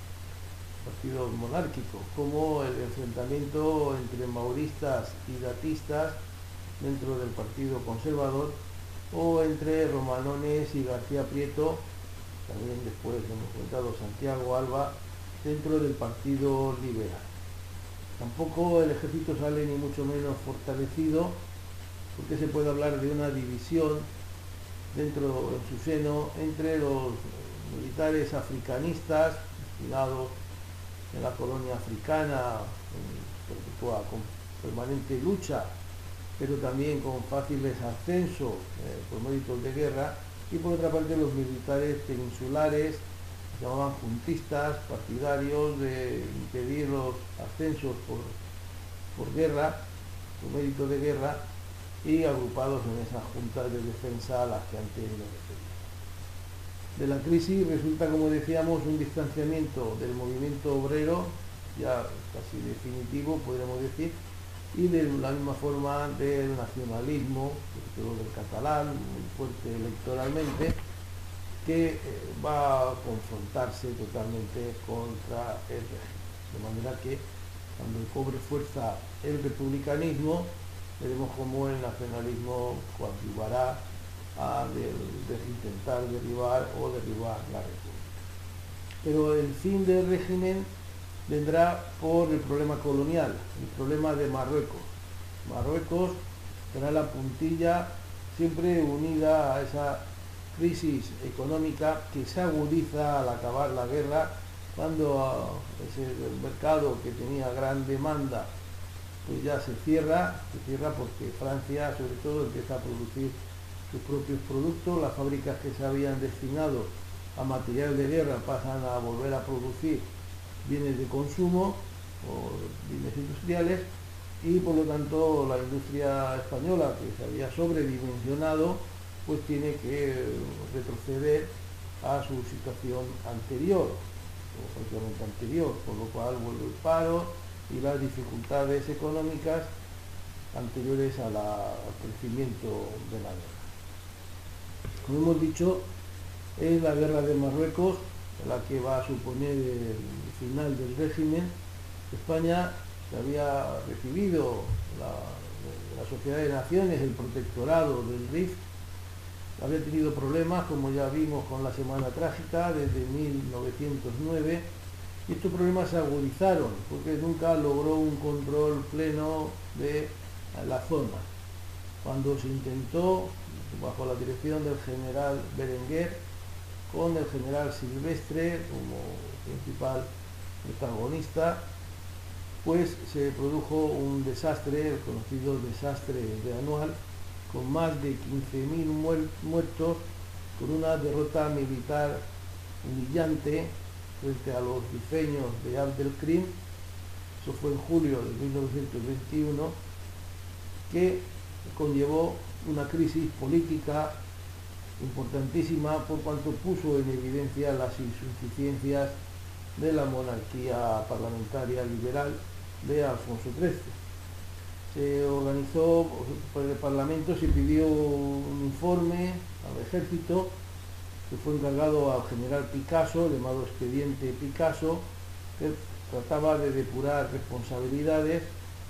Speaker 1: monárquicos, como el enfrentamiento entre mauristas y datistas dentro del Partido Conservador, o entre Romanones y García Prieto, también después hemos comentado Santiago Alba, dentro del Partido Liberal. Tampoco el ejército sale ni mucho menos fortalecido, porque se puede hablar de una división dentro, en su seno, entre los militares africanistas, destinados en la colonia africana, con permanente lucha, pero también con fáciles ascensos por méritos de guerra, y por otra parte los militares peninsulares, se llamaban juntistas, partidarios de impedir los ascensos por guerra, por mérito de guerra, y agrupados en esas juntas de defensa a las que antes me refería. De la crisis resulta, como decíamos, un distanciamiento del movimiento obrero, ya casi definitivo, podríamos decir, y de la misma forma del nacionalismo, sobre todo del catalán, muy fuerte electoralmente, que va a confrontarse totalmente contra el régimen. De manera que cuando cobre fuerza el republicanismo, veremos cómo el nacionalismo coadyuvará a intentar derribar la república. Pero el fin del régimen vendrá por el problema colonial, el problema de Marruecos. Marruecos será la puntilla siempre unida a esa crisis económica que se agudiza al acabar la guerra, cuando ese mercado que tenía gran demanda pues ya se cierra porque Francia sobre todo empieza a producir sus propios productos, las fábricas que se habían destinado a material de guerra pasan a volver a producir bienes de consumo o bienes industriales, y por lo tanto la industria española, que se había sobredimensionado, pues tiene que retroceder a su situación anterior, o prácticamente anterior, por lo cual vuelve el paro y las dificultades económicas anteriores al crecimiento de la guerra. Como hemos dicho, es la guerra de Marruecos la que va a suponer el final del régimen. España, que había recibido la Sociedad de Naciones, el protectorado del RIF, había tenido problemas, como ya vimos con la Semana Trágica, desde 1909, y estos problemas se agudizaron porque nunca logró un control pleno de la zona. Cuando se intentó, bajo la dirección del general Berenguer, con el general Silvestre como principal protagonista, pues se produjo un desastre, el conocido desastre de Anual, con más de 15.000 muertos, con una derrota militar humillante frente a los rifeños de Abdelkrim. Eso fue en julio de 1921, que conllevó una crisis política importantísima por cuanto puso en evidencia las insuficiencias de la monarquía parlamentaria liberal de Alfonso XIII. Se organizó por el Parlamento, se pidió un informe al ejército que fue encargado al general Picasso, llamado expediente Picasso, que trataba de depurar responsabilidades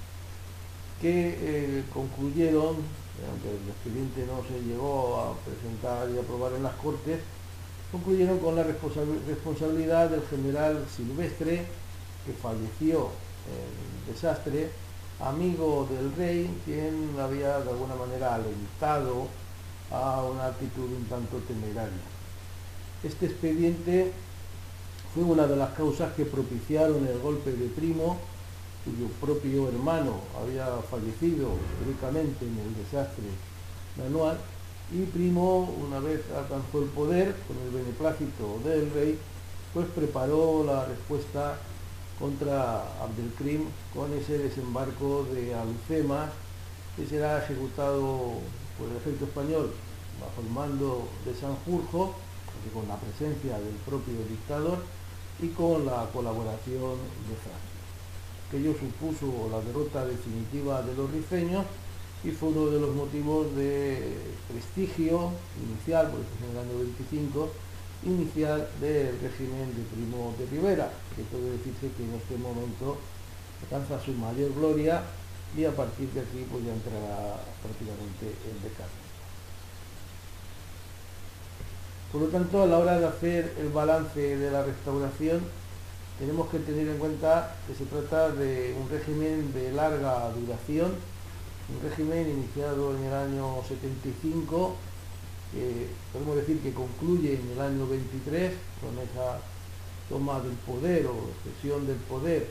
Speaker 1: que concluyeron, aunque el expediente no se llegó a presentar y aprobar en las Cortes, concluyeron con la responsabilidad del general Silvestre, que falleció en el desastre, amigo del rey, quien había de alguna manera alentado a una actitud un tanto temeraria. Este expediente fue una de las causas que propiciaron el golpe de Primo, cuyo propio hermano había fallecido heroicamente en el desastre de Anual, y Primo, una vez alcanzó el poder, con el beneplácito del rey, pues preparó la respuesta contra Abdelkrim con ese desembarco de Alhucemas, que será ejecutado por el ejército español bajo el mando de Sanjurjo, con la presencia del propio dictador y con la colaboración de Francia. Aquello supuso la derrota definitiva de los rifeños y fue uno de los motivos de prestigio inicial, porque en el año 25, inicial del régimen de Primo de Rivera, que puede decirse que en este momento alcanza su mayor gloria y a partir de aquí pues ya entrará prácticamente en decadencia. Por lo tanto, a la hora de hacer el balance de la restauración, tenemos que tener en cuenta que se trata de un régimen de larga duración, un régimen iniciado en el año 75, que podemos decir que concluye en el año 23 con esa toma del poder o cesión del poder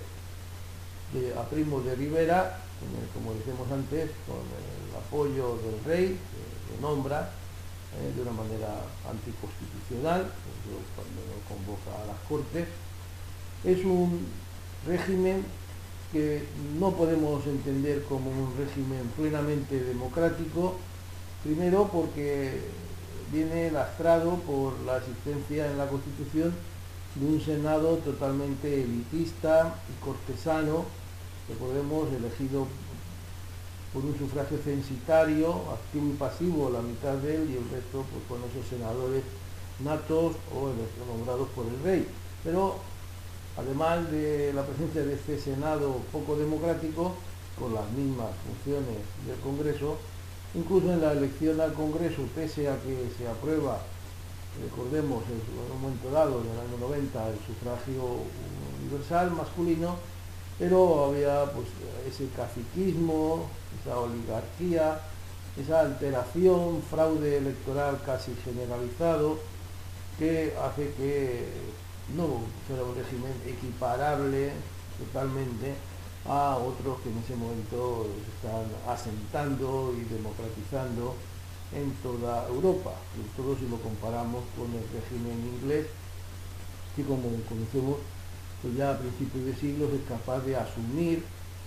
Speaker 1: a Primo de Rivera, como decíamos antes, con el apoyo del rey, que nombra de una manera anticonstitucional, cuando convoca a las Cortes. Es un régimen que no podemos entender como un régimen plenamente democrático, primero porque viene lastrado por la existencia en la Constitución de un Senado totalmente elitista y cortesano, recordemos, elegido por un sufragio censitario, activo y pasivo, la mitad de él, y el resto pues con esos senadores natos o nombrados por el rey. Pero además de la presencia de este Senado poco democrático, con las mismas funciones del Congreso, incluso en la elección al Congreso, pese a que se aprueba, recordemos, en un momento dado, en el año 90, el sufragio universal masculino, pero había pues ese caciquismo, esa oligarquía, esa alteración, fraude electoral casi generalizado, que hace que no fuera un régimen equiparable totalmente a otros que en ese momento se están asentando y democratizando en toda Europa, sobre todo si lo comparamos con el régimen inglés, que como conocemos, pues ya a principios de siglos es capaz de asumir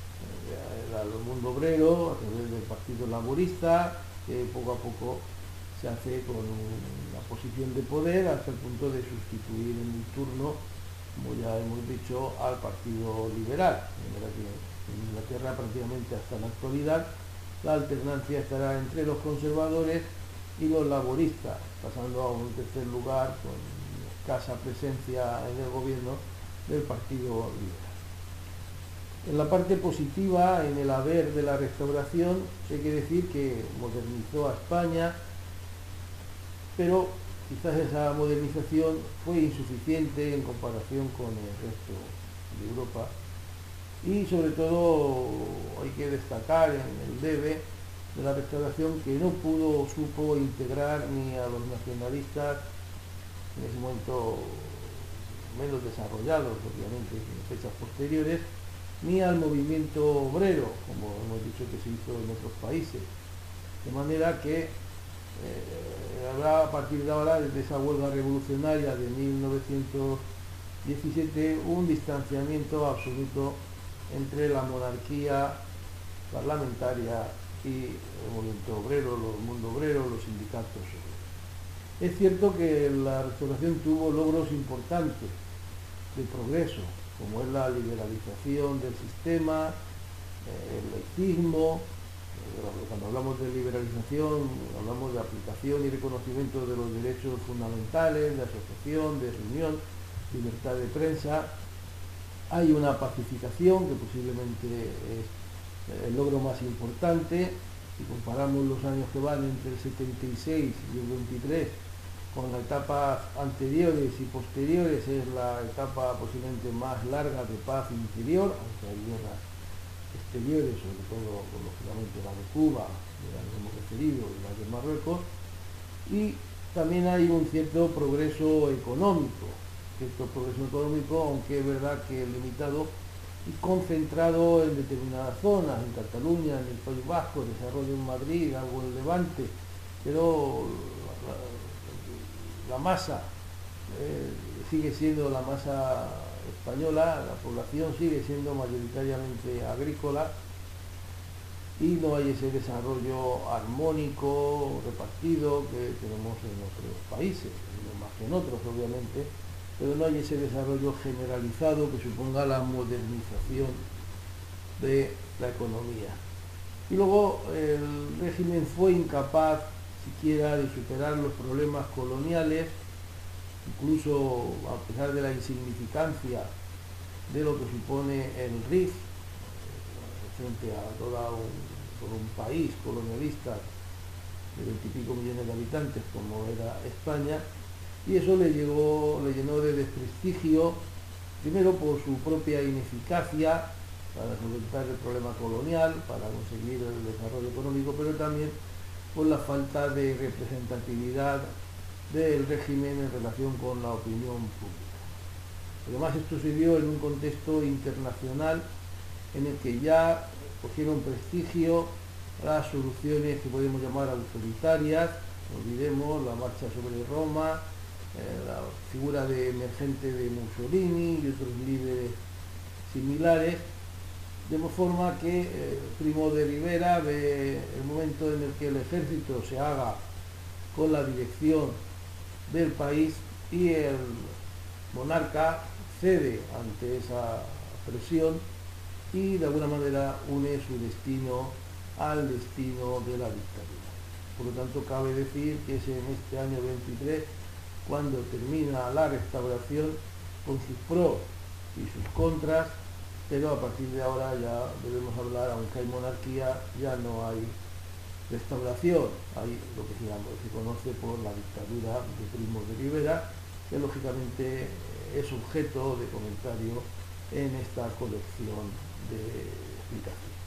Speaker 1: al mundo obrero a través del Partido Laborista, que poco a poco se hace con una posición de poder hasta el punto de sustituir en un turno, como ya hemos dicho, al Partido Liberal. En Inglaterra prácticamente hasta la actualidad la alternancia estará entre los conservadores y los laboristas, pasando a un tercer lugar con escasa presencia en el gobierno del Partido Liberal. En la parte positiva, en el haber de la restauración, hay que decir que modernizó a España, pero quizás esa modernización fue insuficiente en comparación con el resto de Europa, y sobre todo hay que destacar en el debe de la restauración que no supo integrar ni a los nacionalistas, en ese momento menos desarrollados, obviamente, en fechas posteriores, ni al movimiento obrero, como hemos dicho que se hizo en otros países. De manera que habrá a partir de ahora, desde esa huelga revolucionaria de 1917, un distanciamiento absoluto entre la monarquía parlamentaria y el movimiento obrero, el mundo obrero, los sindicatos. Es cierto que la restauración tuvo logros importantes de progreso, como es la liberalización del sistema, el laicismo. Cuando hablamos de liberalización, hablamos de aplicación y reconocimiento de los derechos fundamentales, de asociación, de reunión, libertad de prensa. Hay una pacificación que posiblemente es el logro más importante. Si comparamos los años que van entre el 76 y el 23 con las etapas anteriores y posteriores, es la etapa posiblemente más larga de paz interior, aunque hay guerras exteriores, sobre todo lógicamente la de Cuba, de la que hemos referido, y la de Marruecos, y también hay un cierto progreso económico, aunque es verdad que limitado y concentrado en determinadas zonas, en Cataluña, en el País Vasco, desarrollo en Madrid, algo en Levante, pero la masa sigue siendo la masa española, la población sigue siendo mayoritariamente agrícola y no hay ese desarrollo armónico, repartido que tenemos en otros países, no más que en otros obviamente, pero no hay ese desarrollo generalizado que suponga la modernización de la economía. Y luego el régimen fue incapaz siquiera de superar los problemas coloniales, incluso a pesar de la insignificancia de lo que supone el RIF frente a todo un país colonialista de 20 y pico millones de habitantes como era España, y eso le llenó de desprestigio, primero por su propia ineficacia para solventar el problema colonial, para conseguir el desarrollo económico, pero también por la falta de representatividad del régimen en relación con la opinión pública. Además, esto se dio en un contexto internacional en el que ya cogieron prestigio las soluciones que podemos llamar autoritarias. No olvidemos la marcha sobre Roma, la figura emergente de Mussolini y otros líderes similares, de forma que Primo de Rivera ve el momento en el que el ejército se haga con la dirección del país y el monarca cede ante esa presión y de alguna manera une su destino al destino de la dictadura. Por lo tanto, cabe decir que es en este año 23 cuando termina la restauración con sus pros y sus contras, pero a partir de ahora ya debemos hablar, aunque hay monarquía, ya no hay restauración, hay lo que se conoce por la dictadura de Primo de Rivera, que lógicamente es objeto de comentario en esta colección de explicaciones.